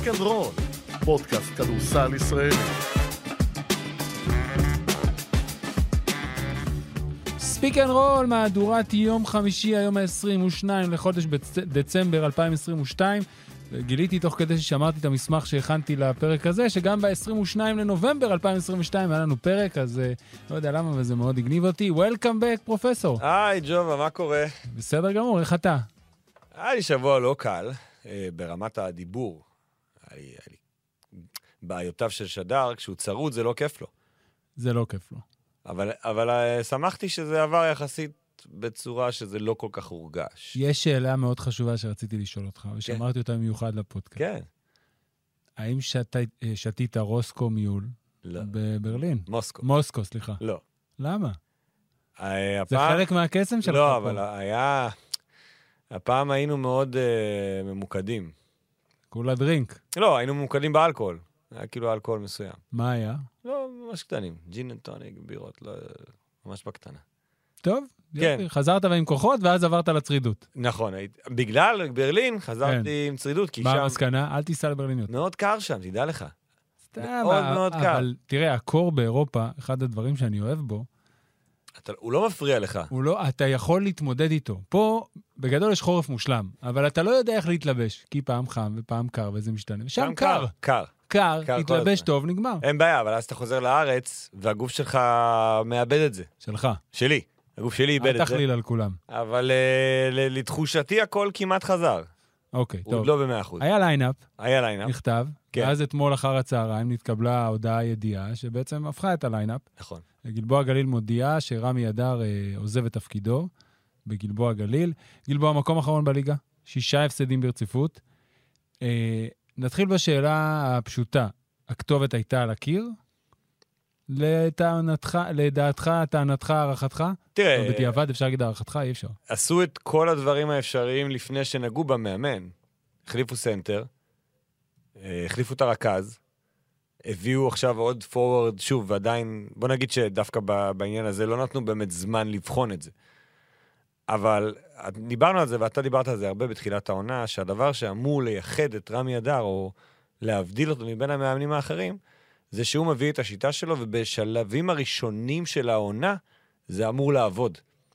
ספיק אנד רול, פודקאסט כדורסל ישראלי. ספיק אנד רול, מהדורת יום חמישי, היום ה-22 לחודש דצמבר 2022. גיליתי תוך כדי ששמרתי את המסמך שהכנתי לפרק הזה, שגם ב-22 לנובמבר 2022 היה לנו פרק, אז לא יודע למה, וזה מאוד הגניב אותי. Welcome back, פרופסור. היי, ג'ובה, מה קורה? בסדר גמור, איך אתה? היה לי שבוע לא קל, ברמת הדיבור. היה לי בעיותיו של שדר, כשהוא צרוד זה לא כיף לו. זה לא כיף לו. אבל שמחתי שזה עבר יחסית בצורה שזה לא כל כך הורגש. יש שאלה מאוד חשובה שרציתי לשאול אותך, ושמרתי אותה במיוחד לפודקאסט. כן. האם שתית רוסקו מיול? לא. בברלין? מוסקו, סליחה. לא. למה? זה חלק מהקסם שלך. לא, אבל הפעם היינו מאוד ממוקדים. כולה דרינק. לא, היינו ממוקדים באלכוהול. היה כאילו אלכוהול מסוים. מה היה? לא, ממש קטנים. ג'ין וטוניק, בירות, לא, ממש בקטנה. טוב, כן. חזרת ועם כוחות, ואז עברת לצרידות. נכון, בגלל ברלין חזרתי עם צרידות, כי שם... מה המסקנה? אל תיסע לברליניות. מאוד קר שם, תדע לך. מאוד מאוד קר. אבל תראה, הקור באירופה, אחד הדברים שאני אוהב בו, הוא לא מפריע לך. אתה יכול להתמודד איתו. פה, בגדול יש חורף מושלם, אבל אתה לא יודע איך להתלבש, כי פעם חם ופעם קר, וזה משתנה. ושם קר. קר, התלבש טוב, נגמר. אין בעיה, אבל אז אתה חוזר לארץ, והגוף שלך מאבד את זה. שלך. שלי. הגוף שלי איבד את זה. אל תכליל על כולם. אבל לתחושתי הכל כמעט חזר. אוקיי, טוב. עוד לא ב100%. היה ליינאפ. נכתב. ואז אתמול אחר הצהריים נתקבלה ההודעה ידיעה, שבעצם הפכה את הליינאפ. נכון. גלבוע גליל מודיע שרמי ידר עוזב את תפקידו בגלבוע גליל. גלבוע מקום אחרון בליגה, 6 הפסדים ברציפות. נתחיל בשאלה הפשוטה. הכתובת הייתה על הקיר? לדעתך, טענתך, הערכתך? תראה... בדיעבד אפשר להגיד הערכתך, אי אפשר. עשו את כל הדברים האפשריים לפני שנגעו במאמן. החליפו סנטר, החליפו את הרכז, הביאו עכשיו עוד פורוורד, שוב, ועדיין, בוא נגיד שדווקא בעניין הזה לא נתנו באמת זמן לבחון את זה. אבל דיברנו על זה, ואתה דיברת על זה הרבה בתחילת העונה, שהדבר שאמור לייחד את רמי ידר, או להבדיל אותו מבין המאמנים האחרים, זה שהוא מביא את השיטה שלו, ובשלבים הראשונים של העונה, זה אמור לעבוד.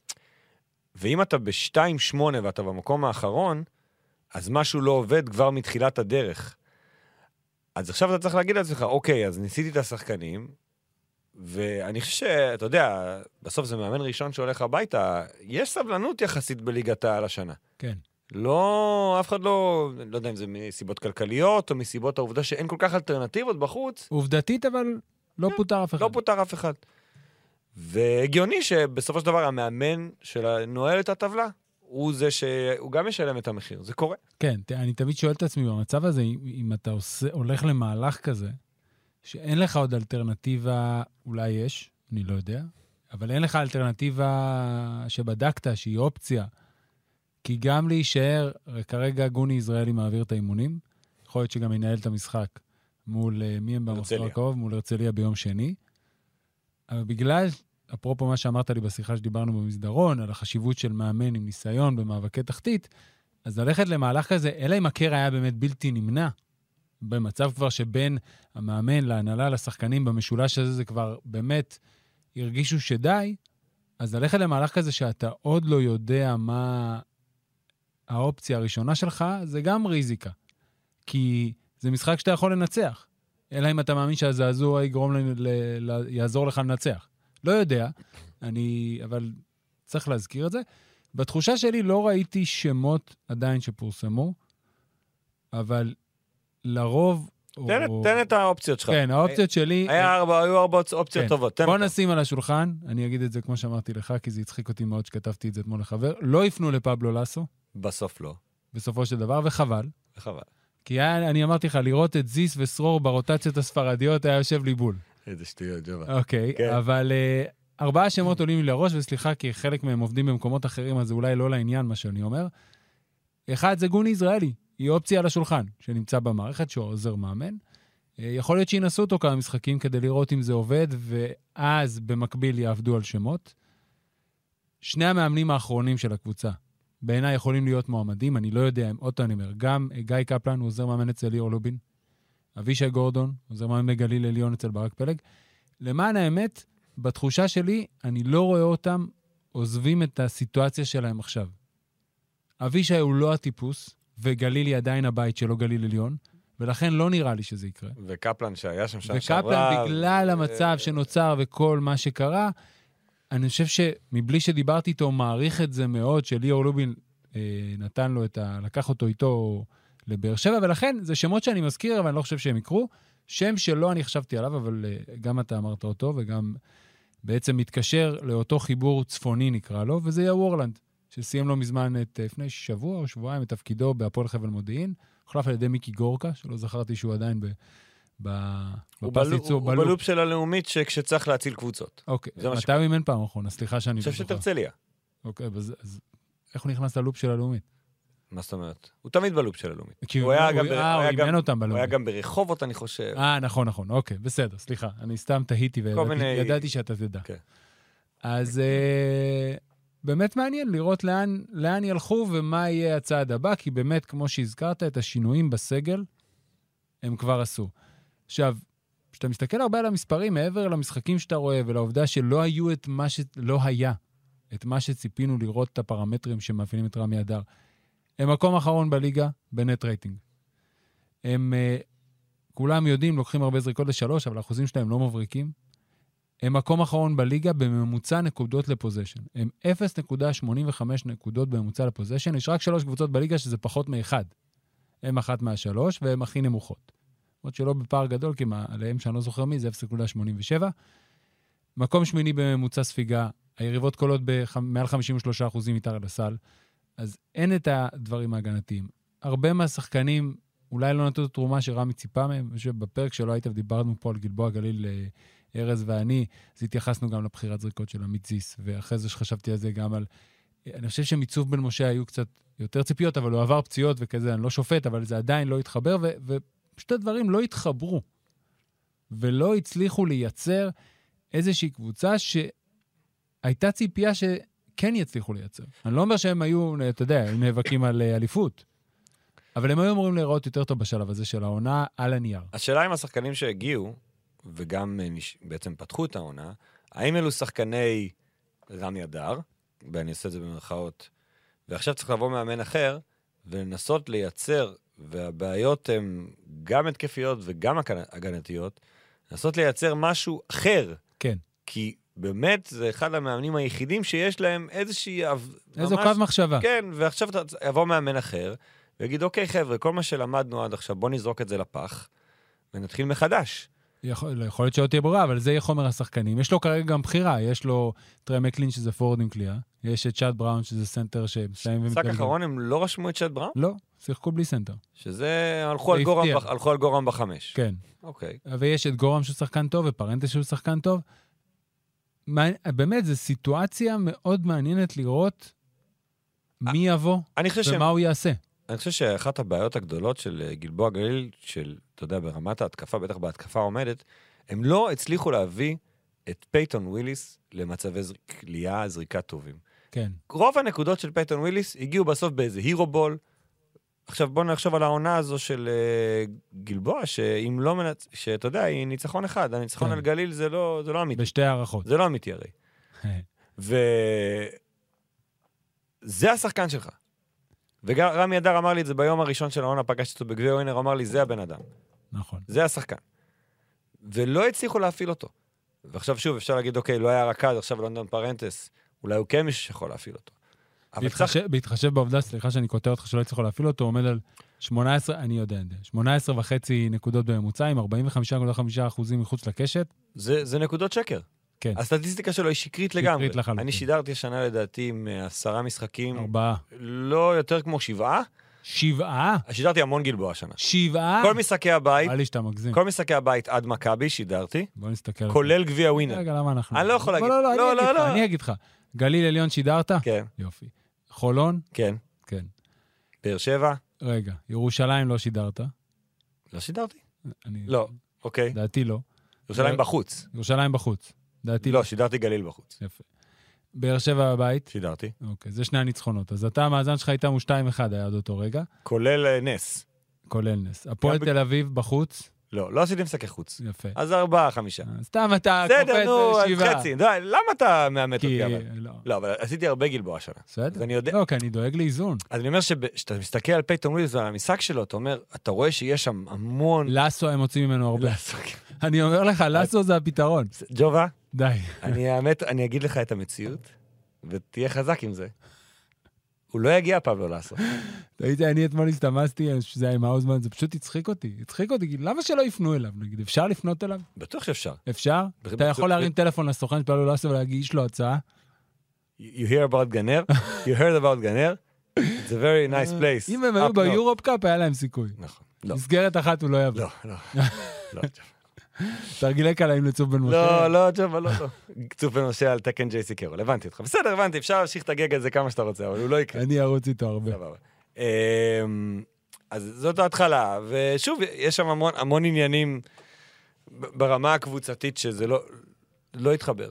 ואם אתה ב-2-8 ואתה במקום האחרון, אז משהו לא עובד כבר מתחילת הדרך. אז עכשיו אתה צריך להגיד לעצמך, אוקיי, אז ניסיתי את השחקנים, ואני חושב שאתה יודע, בסוף זה מאמן ראשון שהולך הביתה, יש סבלנות יחסית בליגת העל השנה. כן. לא, אף אחד לא יודע אם זה מסיבות כלכליות, או מסיבות העובדה שאין כל כך אלטרנטיבות בחוץ. עובדתית, אבל לא פותר אף אחד. לא פותר אף אחד. והגיוני שבסופו של דבר המאמן שנועל את הטבלה, הוא זה שהוא גם משלם את המחיר. זה קורה. כן, אני תמיד שואל את עצמי, במצב הזה, אם אתה הולך למהלך כזה, שאין לך עוד אלטרנטיבה, אולי יש, אני לא יודע, אבל אין לך אלטרנטיבה שבדקת, שהיא אופציה, כי גם להישאר, כרגע גוני יזרעאלי מעביר את האימונים, יכול להיות שגם ינהל את המשחק מול מי הם במחזור הקרוב, מול הרצליה ביום שני, אבל בגלל, אפרופו מה שאמרת לי בשיחה שדיברנו במסדרון, על החשיבות של מאמן עם ניסיון במאבקי תחתית, אז ללכת למהלך כזה, אלא אם הקר היה באמת בלתי נמנע, במצב כבר שבין המאמן להנהלה לשחקנים במשולש הזה, זה כבר באמת הרגישו שדי, אז ללכת למהלך כזה שאתה עוד לא יודע מה האופציה הראשונה שלך, זה גם ריזיקה. כי זה משחק שאתה יכול לנצח. אלא אם אתה מאמין שהזעזוע יעזור לך לנצח. לא יודע, אבל צריך להזכיר את זה. בתחושה שלי לא ראיתי שמות עדיין שפורסמו, אבל לרוב... תן את האופציות שלך. כן, האופציות שלי... היו 4 אופציות טובות. בוא נשים על השולחן, אני אגיד את זה כמו שאמרתי לך, כי זה הצחיק אותי מאוד שכתבתי את זה אתמול לחבר, לא יפנו לפבלו לסו. בסוף לא. בסופו של דבר, וחבל. וחבל. כי אני אמרתי לך, לראות את זיס וסרור ברוטציות הספרדיות היה יושב לי בול. איזה שטויות, ג'ובה. אוקיי, אבל 4 שמות עולים לי לראש, וסליחה, כי חלק מהם עובדים במקומות אחרים, אז זה אולי לא לעניין מה שאני אומר. אחד זה גוני יזרעאלי, היא אופציה על השולחן, שנמצא במערכת, שהוא עוזר מאמן. יכול להיות שינסו אותו כמה משחקים כדי לראות אם זה עובד, ואז במקביל יעבדו על שמות. 2 המאמנים האחרונים של הקבוצה, בעיניי יכולים להיות מועמדים, אני לא יודע אם, אותו אני אומר, גם גיא קפלן, הוא עוזר מאמן אצל ליאור לובין, אבישי גורדון, עוזר מאמן בגליל עליון אצל ברק פלג. למען האמת, בתחושה שלי, אני לא רואה אותם עוזבים את הסיטואציה שלהם עכשיו. אבישי הוא לא הטיפוס, וגליל היא עדיין הבית שלו, גליל עליון, ולכן לא נראה לי שזה יקרה. וקפלן שהיה שם שעברה. וקפלן בגלל המצב שנוצר וכל מה שקרה, אני חושב שמבלי שדיברתי איתו, מעריך את זה מאוד, שליאור לובין נתן לו לקח אותו איתו לבאר שבע, ולכן זה שמות שאני מזכיר, אבל אני לא חושב שהם יקרו. שם שלא אני חשבתי עליו, אבל גם אתה אמרת אותו, וגם בעצם מתקשר לאותו חיבור צפוני נקרא לו, וזה יהיה וורלנד, שסיים לו מזמן לפני שבוע או שבועיים את תפקידו בהפועל חבל מודיעין, הוחלף על ידי מיקי גורקה, שלא זכרתי שהוא עדיין בפס ייצור. הוא בלופ של הלאומית שכשצריך להציל קבוצות. אוקיי, מתי הוא אימן פעם אחרונה? סליחה שאני... אני חושב שתרצליה. אוקיי, אז איך הוא נכנס ללופ של הלאומית? מה זאת אומרת? הוא תמיד בלופ של הלאומית. הוא אימן אותם בלאומית. הוא היה גם ברחובות, אני חושב. נכון, אוקיי, בסדר, סליחה. אני סתם תהיתי וידעתי שאתה תדע. אז באמת מעניין לראות לאן ילכו ומה יהיה הצעד הבא, כי באמת, כמו שהזכרת, את השינויים בסגל, הם כבר עשו. עכשיו, כשאתה מסתכל הרבה על המספרים, מעבר למשחקים שאתה רואה, ולעובדה שלא היו את מה שציפינו לראות את הפרמטרים שמאפיינים את רמי אדר, הם מקום אחרון בליגה בנט רייטינג. הם, כולם יודעים, לוקחים הרבה זריקות ל3, אבל האחוזים שלהם לא מבריקים. הם מקום אחרון בליגה בממוצע נקודות לפוזיישן. הם 0.85 נקודות בממוצע לפוזיישן. יש רק 3 קבוצות בליגה שזה פחות מאחד. הם אחת מהשלוש, והם הכי נמוכות. עוד שלא בפער גדול, כי עליהם שאני לא זוכר מי, זה 0.87. מקום שמיני בממוצע ספיגה, היריבות קולות מעל 53% מתחת לסל, אז אין את הדברים ההגנתיים. הרבה מהשחקנים אולי לא נתנו את התרומה שרמי ציפה מהם, ובפרק שלא היית ודיברנו פה על גלבוע גליל, ארז ואני, אז התייחסנו גם לבחירת זריקות של עמית זיס, ואחרי זה שחשבתי על זה גם על... אני חושב שמיצוב בן משה היו קצת יותר ציפיות, אבל הוא עבר פציעות וכזה, אני לא שופט, אבל זה עדיין לא התחבר, ופשוט הדברים לא התחברו, ולא הצליחו לייצר איזושהי קבוצה שהייתה ציפייה שכן יצליחו לייצר. אני לא אומר שהם היו, אתה יודע, הם נאבקים על אליפות, אבל הם היו אמורים להיראות יותר טוב בשלב הזה של העונה על הנייר. השאלה אם השחקנים שהגיעו, וגם בעצם פתחו את העונה, האם אלו שחקני רמי אדר, ואני אעשה את זה במרכאות, ועכשיו צריך לבוא מאמן אחר, ולנסות לייצר, והבעיות הן גם התקפיות וגם הגנתיות, לנסות לייצר משהו אחר. כן. כי באמת זה אחד המאמנים היחידים שיש להם איזושהי... איזו קו מחשבה. כן, ועכשיו יבוא מאמן אחר, ויגיד, אוקיי חבר'ה, כל מה שלמדנו עד עכשיו, בוא נזרוק את זה לפח, ונתחיל מחדש. יכול להיות שלא תהיה ברירה, אבל זה יהיה חומר השחקנים. יש לו כרגע גם בחירה, יש לו טרי מקלין שזה פורד עם קליעה, יש את צ'אט בראון שזה סנטר שמסיים ומתגלגל. משחק אחרון הם לא רשמו את צ'אט בראון? לא, שיחקו בלי סנטר. שזה הלכו על גורם ב5. כן. אוקיי. ויש את גורם שהוא שחקן טוב, ופרנטס שהוא שחקן טוב. באמת, זו סיטואציה מאוד מעניינת לראות מי יבוא ומה הוא יעשה. אני חושב שאחת הבעיות הגדולות של גלבוע גליל, של, אתה יודע, ברמת ההתקפה, בטח בהתקפה עומדת, הם לא הצליחו להביא את פייטון וויליס למצבי קליעה, זריקה טובים. כן. רוב הנקודות של פייטון וויליס הגיעו בסוף באיזה הירו בול. עכשיו בואו נחשוב על העונה הזו של גלבוע, שאם לא שאתה יודע, היא ניצחון אחד. הניצחון על גליל זה לא אמיתי. בשתי הערכות. זה לא אמיתי הרי. וזה השחקן שלך. ורמי אדר אמר לי את זה ביום הראשון של העונה, פגשתי אותו בגביע ווינר, אמר לי, זה הבן אדם. נכון. זה השחקן. ולא הצליחו להפעיל אותו. ועכשיו שוב, אפשר להגיד, אוקיי, לא היה רכז, עכשיו לונדון פרנטס, אולי הוא כן מישהו שיכול להפעיל אותו. בהתחשב בעובדה, סליחה שאני כותר אותך שלא הצליחו להפעיל אותו, הוא עומד על 18, אני יודע, 18.5 נקודות בממוצע, עם 45.5% מחוץ לקשת. זה נקודות שקר. כן. הסטטיסטיקה שלו היא שקרית לגמרי. אני שידרתי השנה לדעתי עם 10 משחקים. 4. לא יותר כמו 7. 7? שידרתי המון גלבוע השנה. 7? כל משחקי הבית. לי שאתה מגזים. כל משחקי הבית עד מכבי שידרתי. בוא נסתכל. כולל גביע ווינר. רגע, למה אנחנו? אני לא יכול להגיד. לא, אני אגיד לך. גליל עליון שידרת? כן. יופי. חולון? כן. כן. באר שבע? רגע. ירושלים לא שידרת? לא שידרתי? לא. אוקיי. דעתי לא. ירושלים בחוץ. ירושלים בחוץ. דעתי לא, שידרתי גליל בחוץ. יפה. באר שבע בבית? שידרתי. אוקיי, זה שני הניצחונות. אז אתה, המאזן שלך איתם הוא 2-1 היה עד אותו רגע. כולל נס. כולל נס. הפועל תל אביב בחוץ? לא עשיתי משחקי חוץ. יפה. אז 4, 5. סתם אתה בסדר, נו, אז 7. חצי. די, למה אתה מאמת אותי? לא. לא, אבל עשיתי הרבה גלבוע השנה. בסדר. אז אני יודע... לא, כי אני דואג לאיזון. אז אני אומר שאתה מסתכל על פייטון וויליאמס ועל המשחק שלו, אתה אומר, אתה רואה שיש שם המון... לסו הם מוצאים ממנו הרבה. לסו. אני אומר לך, לסו זה הפתרון. ג'ובה, די. אני אגיד לך את המציאות, ותהיה חזק עם זה. הוא לא יגיע פבלו לסו. אני אתמול הסתמסתי, שזה היה עם האוזמן, זה פשוט הצחיק אותי, למה שלא יפנו אליו? נגיד, אפשר לפנות אליו? בטוח שאפשר. אפשר? אתה יכול להרים טלפון לסוכן שפעלו לסו ולהגיש לו הצעה? You hear about גנר? You heard about גנר? It's a very nice place. אם הם היו ביורופ קאפ, היה להם סיכוי. נכון. לא. מסגרת אחת הוא לא יבוא. לא. תרגילי קלעים לצוף בן משה. לא, ג'ובה, לא. צוף בן משה על תקן ג'ייסי קרול. הבנתי אותך. בסדר, הבנתי. אפשר להמשיך את הגג הזה כמה שאתה רוצה, אבל הוא לא יקרה. אני ארוץ איתו הרבה. אז זאת ההתחלה. ושוב, יש שם המון עניינים ברמה הקבוצתית שזה לא יתחבר.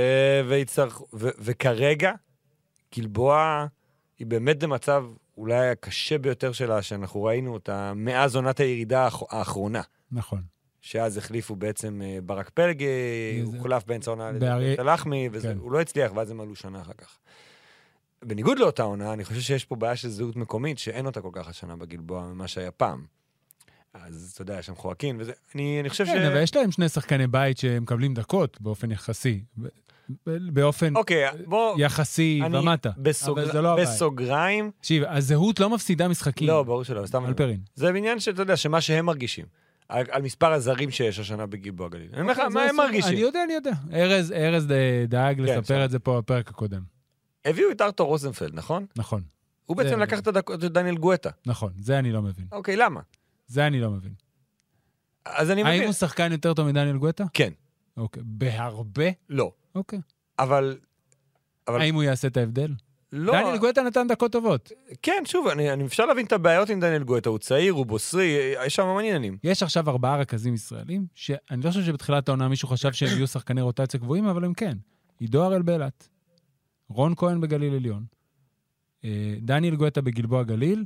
וכרגע, גלבוע היא באמת במצב אולי הקשה ביותר שלה, שאנחנו ראינו אותה מאז עונת הירידה האחרונה. נכון. שאז החליפו בעצם ברק פלג, הוא חולף באמצע עונה לבית הלחמי, והוא לא הצליח, ואז הם עלו שנה אחר כך. בניגוד לאותה עונה, אני חושב שיש פה בעיה של זהות מקומית, שאין אותה כל כך השנה בגלבוע ממה שהיה פעם. אז אתה יודע, יש שם חואקין, וזה, אני חושב כן, אבל יש להם שני שחקני בית שמקבלים דקות באופן יחסי. יחסי ומטה. בסוגריים. תקשיב, הזהות לא מפסידה משחקים. לא, ברור שלא, סתם. אלפרין. זה בעניין שאתה יודע, שמה שהם מרגישים. על מספר הזרים שיש השנה בגלבוע גליל. אני אומר לך, מה הם מרגישים? אני יודע. ארז דאג לספר את זה פה בפרק הקודם. הביאו את ארתור רוזנפלד, נכון? נכון. הוא בעצם לקח את דניאל גואטה. נכון, זה אני לא מבין. אוקיי, למה? זה אני לא מבין. אז אני מבין. האם הוא שחקן יותר טוב מדניאל גואטה? כן. אוקיי. בהרבה? לא. אוקיי. אבל... האם הוא יעשה את ההבדל? לא. דניאל גואטה נתן דקות טובות. כן, שוב, אני אפשר להבין את הבעיות עם דניאל גואטה, הוא צעיר, הוא בוסרי, יש שם המון עניינים. יש עכשיו 4 רכזים ישראלים, שאני לא חושב שבתחילת העונה מישהו חשב שהם יהיו שחקני רוטציה גבוהים, אבל הם כן. עידו הראל באילת, רון כהן בגליל עליון, דניאל גואטה בגלבוע גליל,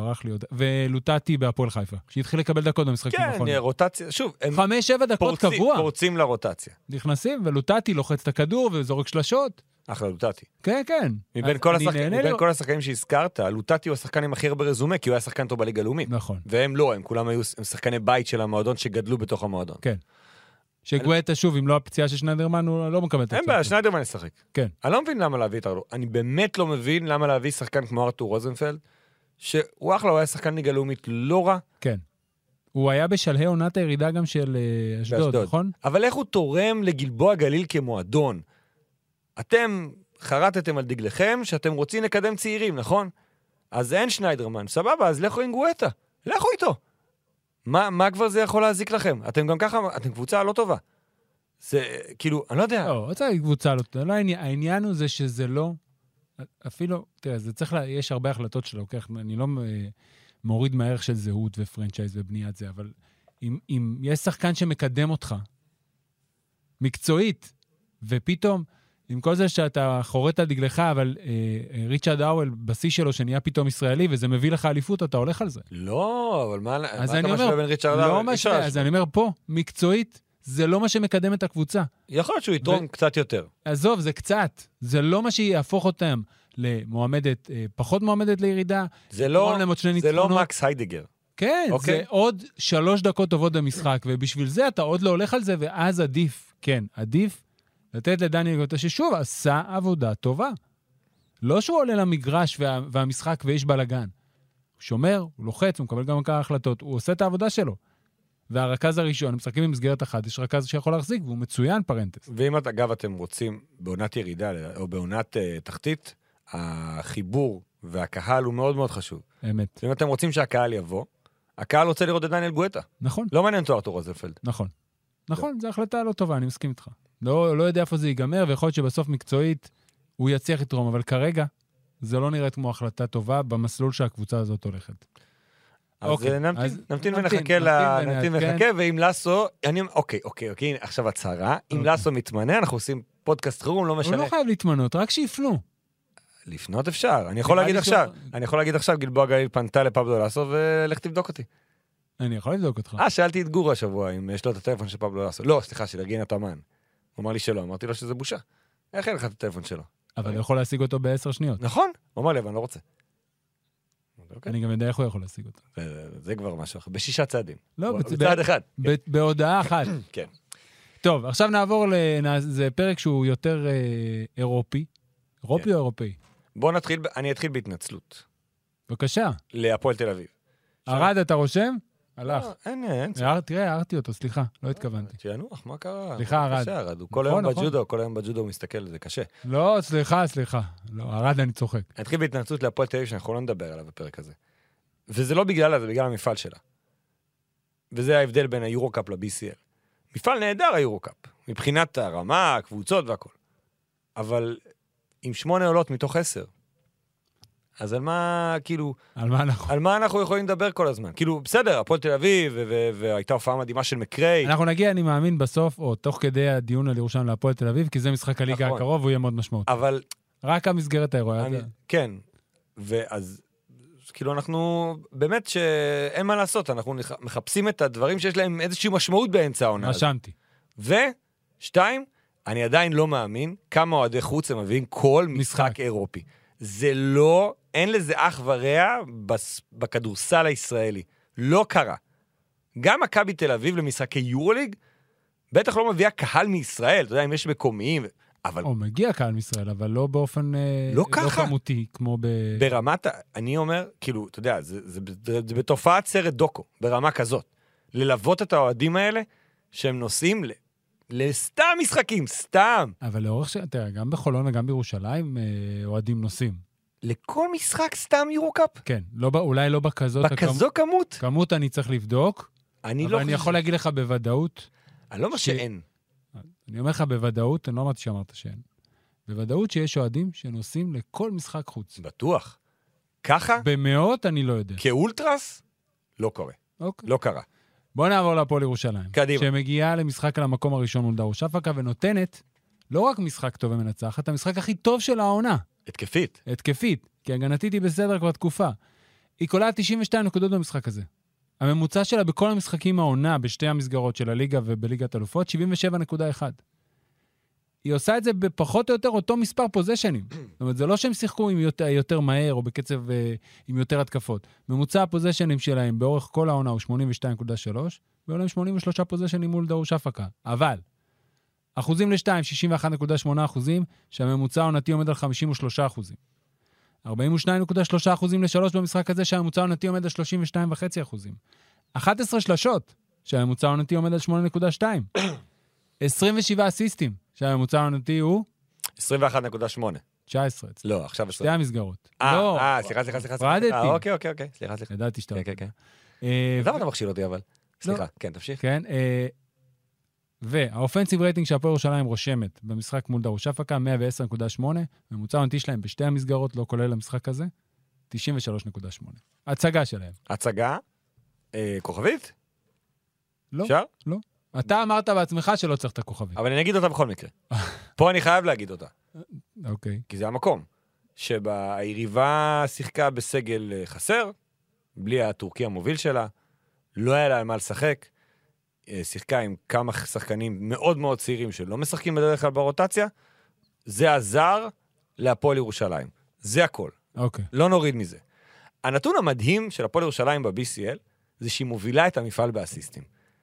ולוטטי בהפועל חיפה, שהתחיל לקבל דקות במשחקים האחרונים. כן, רוטציה, שוב, 5-7 דקות קבוע. פורצים לרוטציה. נכנסים, ולוטטי לוחץ את הכדור וזורק שלשות. אחלה, לוטטי. כן, כן. מבין כל השחקנים שהזכרת, לוטטי הוא השחקן עם הכי הרבה רזומה, כי הוא היה שחקן טוב בליגה הלאומית. נכון. והם לא, הם כולם היו שחקני בית של המועדון שגדלו בתוך המועדון. כן. שגואטה, שוב, אם לא הפציעה של שניידרמן, הוא לא מקבל את אין בעיה, שניידרמן ישחק. כן. אני לא מבין למה להביא את ארתור. אני באמת לא מבין למה להביא שחקן כמו ארתור רוזנפלד, שהוא אחלה, הוא היה שחקן ליגה לאומית לא רע. כן. הוא היה בשלהי עונת הירידה גם של אשדוד, נכון? אבל איך הוא תורם לגלבוע גליל כמועדון? אתם חרטתם על דגלכם שאתם רוצים לקדם צעירים, נכון? אז אין שניידרמן, סבבה, אז לכו עם גואטה. לכו איתו. מה כבר זה יכול להזיק לכם? אתם גם ככה, אתם קבוצה לא טובה. זה, כאילו, אני לא יודע. לא, רוצה קבוצה לא טובה. העניין הוא זה שזה לא, אפילו, תראה, זה צריך יש הרבה החלטות שלוקח, אני לא מוריד מהערך של זהות ופרנצ'ייז ובניית זה, אבל אם יש שחקן שמקדם אותך, מקצועית, ופתאום, עם כל זה שאתה חורט על דגלך, אבל ריצ'רד האוול, בשיא שלו, שנהיה פתאום ישראלי, וזה מביא לך אליפות, אתה הולך על זה. לא, אבל מה אתה משווה בין ריצ'רד האוול? לא משווה, אז אני אומר, פה, מקצועית, זה לא מה שמקדם את הקבוצה. יכול להיות שהוא יתרום קצת יותר. עזוב, זה קצת. זה לא מה שיהפוך אותם למועמדת, פחות מועמדת לירידה. זה לא מקס היידיגר. כן, זה עוד 3 דקות טובות במשחק, ובשביל זה אתה עוד לא הולך על זה, ואז עדיף, כן, עדיף לתת לדניאל גואטה ששוב עשה עבודה טובה. לא שהוא עולה למגרש והמשחק ויש בלגן. הוא שומר, הוא לוחץ, הוא מקבל גם כמה החלטות, הוא עושה את העבודה שלו. והרכז הראשון, הם משחקים במסגרת אחת, יש רכז שיכול להחזיק, והוא מצוין פרנטס. ואם אגב אתם רוצים בעונת ירידה, או בעונת תחתית, החיבור והקהל הוא מאוד מאוד חשוב. אמת. אם אתם רוצים שהקהל יבוא, הקהל רוצה לראות את דניאל גואטה. נכון. לא מעניין אותו ארתור רוזנפלד. נכון. נכון, זו החלטה לא טובה, אני מסכים איתך. לא יודע איפה זה ייגמר, ויכול להיות שבסוף מקצועית הוא יצליח לתרום, אבל כרגע זה לא נראית כמו החלטה טובה במסלול שהקבוצה הזאת הולכת. אז נמתין ונחכה, ואם לסו, אוקיי, עכשיו הצהרה, אם לסו מתמנה, אנחנו עושים פודקאסט חירום, לא משנה. הוא לא חייב להתמנות, רק שיפנו. לפנות אפשר, אני יכול להגיד עכשיו, גלבוע גליל פנתה לפבלו לסו, ולך תבדוק אותי. אני יכול לבדוק אותך. שאלתי את גור השבוע, אם יש לו את הטלפון של פבלו לסו. לא, סליחה, של ארגין התאמן. הוא אמר לי שלא, אמרתי לו שזה בושה. איך אין לך את הטלפון שלו? אבל הוא יכול להשיג אותו ב10 שניות. נכון, הוא אמר לי, אבל אני לא רוצה. אני גם יודע איך הוא יכול להשיג אותו. זה כבר משהו אחר. ב6 צעדים. לא, בצעד אחד. בהודעה אחת. כן. טוב, עכשיו נעבור זה פרק שהוא יותר אירופי. אירופי או אירופאי? בוא נתחיל, אני אתחיל בהתנצלות. בבקשה. להפועל תל אביב. ארד, אתה רושם? הלך. אין. תראה, הערתי אותו, סליחה, לא התכוונתי. שינוח, מה קרה? סליחה, ארד. הוא כל היום בג'ודו הוא מסתכל, זה קשה. לא, סליחה. לא, ארד, אני צוחק. אני אתחיל בהתנצלות להפועל תל אביב, שאנחנו לא נדבר עליו בפרק הזה. וזה לא בגללה, זה בגלל המפעל שלה. וזה ההבדל בין היורוקאפ ל-BCL. מפעל נהדר היורוקאפ, מבחינת הרמה, הקבוצות והכל. אבל עם 8 עולות מתוך 10, אז על מה, כאילו... על מה אנחנו יכולים לדבר כל הזמן? כאילו, בסדר, הפועל תל אביב, והייתה הופעה מדהימה של מקרי. אנחנו נגיע, אני מאמין, בסוף, או תוך כדי הדיון על ירושלים להפועל תל אביב, כי זה משחק הליגה הקרוב, והוא יהיה מאוד משמעותי. אבל... רק המסגרת האירוע. כן, ואז... כאילו אנחנו, באמת שאין מה לעשות, אנחנו מחפשים את הדברים שיש להם איזושהי משמעות באמצע העונה. רשמתי. ושתיים, אני עדיין לא מאמין כמה אוהדי חוץ הם מביאים כל משחק אירופי. זה לא, אין לזה אח ורע בכדורסל הישראלי. לא קרה. גם מכבי תל אביב למשחקי יורוליג, בטח לא מביאה קהל מישראל, אתה יודע, אם יש מקומיים, אבל... או מגיע קהל מישראל, אבל לא באופן... לא ככה. לא כמותי, כמו ברמת, אני אומר, כאילו, אתה יודע, זה בתופעת סרט דוקו, ברמה כזאת. ללוות את האוהדים האלה, שהם נוסעים לסתם משחקים, סתם. אבל לאורך תראה, גם בחולון וגם בירושלים, אוהדים נוסעים. לכל משחק סתם יורוקאפ? כן, אולי לא בכזאת... בכזו כמות? כמות אני צריך לבדוק, אבל אני יכול להגיד לך בוודאות... אני לא אומר שאין. אני אומר לך בוודאות, אני לא אמרתי שאמרת שאין. בוודאות שיש אוהדים שנוסעים לכל משחק חוץ. בטוח. ככה? במאות אני לא יודע. כאולטרס? לא קורה. אוקיי. לא קרה. בוא נעבור להפועל ירושלים. קדימה. שמגיעה למשחק על המקום הראשון מול דרוש שפקה, ונותנת לא רק משחק טוב ומנצחת, המשחק הכי טוב של העונה. התקפית. התקפית, כי הגנתית היא בסדר כבר תקופה. היא קולעת 92 נקודות במשחק הזה. הממוצע שלה בכל המשחקים העונה, בשתי המסגרות של הליגה ובליגת אלופות, 77.1. היא עושה את זה בפחות או יותר אותו מספר פוזיישנים. זאת אומרת, זה לא שהם שיחקו עם יותר מהר או בקצב עם יותר התקפות. ממוצע הפוזיישנים שלהם באורך כל העונה הוא 82.3, ועולה עם 83 פוזיישנים מול דרוש שפקה. אבל, אחוזים ל-2, 61.8%, שהממוצע העונתי עומד על 53%. 42.3% ל-3 במשחק הזה, שהממוצע העונתי עומד על 32.5%. 11 שלשות, שהממוצע העונתי עומד על 8.2. 27 אסיסטים, שהממוצע העונתי הוא... 21.8. 19. לא, עכשיו... שתי המסגרות. סליחה. פרדתי. אוקיי. סליחה. ידעתי שאתה... כן. למה אתה מכשיל אותי אבל? סליחה, כן, תמשיך. כן, והאופנסיב רייטינג שהפועל ירושלים רושמת במשחק מול דרוש שפקה, 110.8, ממוצע העונתי שלהם בשתי המסגרות, לא כולל המשחק הזה, 93.8. הצגה שלהם. הצגה? כוכבית? לא. אפשר? לא. אתה אמרת בעצמך שלא צריך את הכוכבית. אבל אני אגיד אותה בכל מקרה. פה אני חייב להגיד אותה. אוקיי. כי זה המקום. שהיריבה שיחקה בסגל חסר, בלי הטורקי המוביל שלה, לא היה לה על מה לשחק, שיחקה עם כמה שחקנים מאוד מאוד צעירים שלא משחקים בדרך כלל ברוטציה, זה עזר להפועל ירושלים. זה הכל. אוקיי. לא נוריד מזה. הנתון המדהים של הפועל ירושלים ב-BCL, זה שהיא מובילה את המפעל באסיסטים.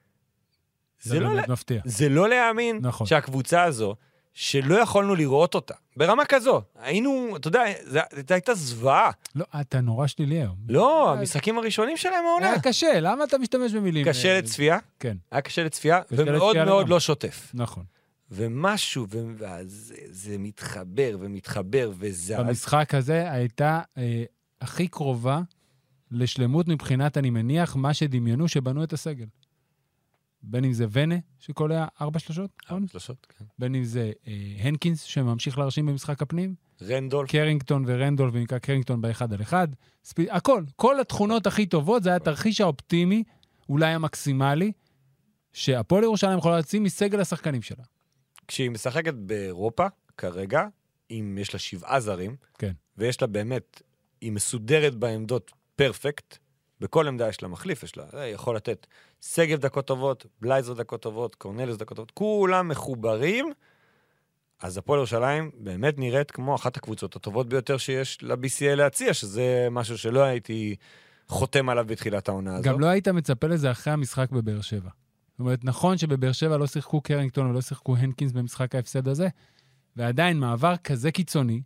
זה באמת מפתיע. זה לא להאמין נכון. שהקבוצה הזו, שלא יכולנו לראות אותה, ברמה כזו, היינו, אתה יודע, זו הייתה זוועה. לא, אתה נורא שלילי היום. לא, המשחקים הראשונים שלהם העונה. היה קשה, למה אתה משתמש במילים? קשה לצפייה? כן. היה קשה לצפייה, ומאוד מאוד לא שוטף. נכון. ומשהו, וזה מתחבר ומתחבר וזז. במשחק הזה הייתה הכי קרובה לשלמות מבחינת, אני מניח, מה שדמיינו שבנו את הסגל. בין אם זה ונה, שקולע 4 שלשות, 4 שלשות, כן. בין אם זה הנקינס, שממשיך להרשים במשחק הפנים. רנדולף. קרינגטון ורנדולף, במקרה קרינגטון באחד על אחד. הכל, כל התכונות הכי טובות, זה היה התרחיש האופטימי, אולי המקסימלי, שהפועל ירושלים יכולה להוציא מסגל השחקנים שלה. כשהיא משחקת באירופה, כרגע, אם יש לה 7 זרים, כן. ויש לה באמת, היא מסודרת בעמדות פרפקט, בכל עמדה יש לה מחליף, יש לה, יכול לתת סגב דקות טובות, בלייזר דקות טובות, קורנליוס דקות טובות, כולם מחוברים, אז הפועל ירושלים באמת נראית כמו אחת הקבוצות הטובות ביותר שיש ל-BCL להציע, שזה משהו שלא הייתי חותם עליו בתחילת העונה הזו. גם לא היית מצפה לזה אחרי המשחק בבאר שבע. זאת אומרת, נכון שבבאר שבע לא שיחקו קרינגטון ולא שיחקו הנקינס במשחק ההפסד הזה, ועדיין מעבר כזה קיצוני,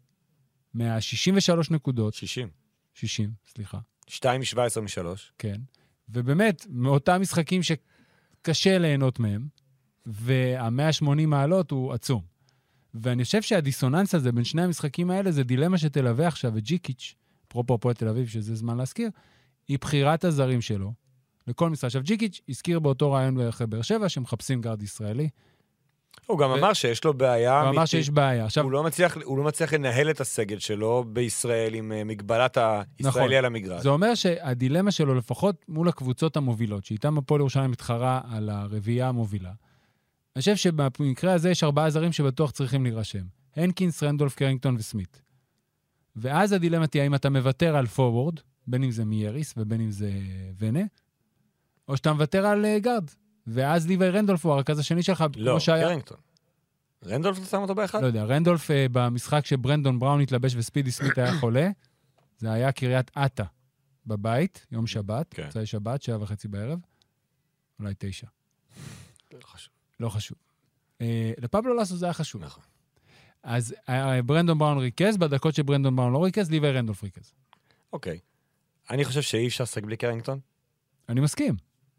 163 נקודות. 60, סליחה. 2 מ-17 מ-3. כן. ובאמת, מאותם משחקים שקשה ליהנות מהם, וה-180 מעלות הוא עצום. ואני חושב שהדיסוננס הזה בין שני המשחקים האלה, זה דילמה שתלווה עכשיו, וג'יקיץ', אפרופו הפועל תל אביב, שזה זמן להזכיר, היא בחירת הזרים שלו, לכל משחק. עכשיו, ג'יקיץ' הזכיר באותו רעיון אחרי באר שבע, שמחפשים גארד ישראלי. הוא גם אמר שיש לו בעיה. הוא אמר שיש בעיה. עכשיו, הוא לא מצליח לנהל את הסגל שלו בישראל עם מגבלת הישראלי על המגרש. זה אומר שהדילמה שלו, לפחות מול הקבוצות המובילות, שאיתם הפועל ירושלים מתחרה על הרביעייה המובילה, אני חושב שבמקרה הזה יש 4 זרים שבטוח צריכים להירשם. הנקינס, רנדולף, קרינגטון וסמית. ואז הדילמה תהיה אם אתה מוותר על פורוורד, בין אם זה מייריס ובין אם זה ונה, או שאתה מוותר על גארד. ואז ליווי רנדולף הוא הרכז השני שלך, לא, קרינגטון. רנדולף אתה שם אותו באחד? לא יודע, רנדולף במשחק שברנדון בראון התלבש וספידי סמית היה חולה, זה היה קריית אתא בבית, יום שבת, צאי שבת, 7:30 בערב, אולי 9. לא חשוב. לפבלו לסו זה היה חשוב. נכון. אז ברנדון בראון ריכז, בדקות שברנדון בראון לא ריכז, ליווי רנדולף ריכז. אוקיי. אני חושב שאי אפשר לשחק בלי קרינגטון. אני מסכים.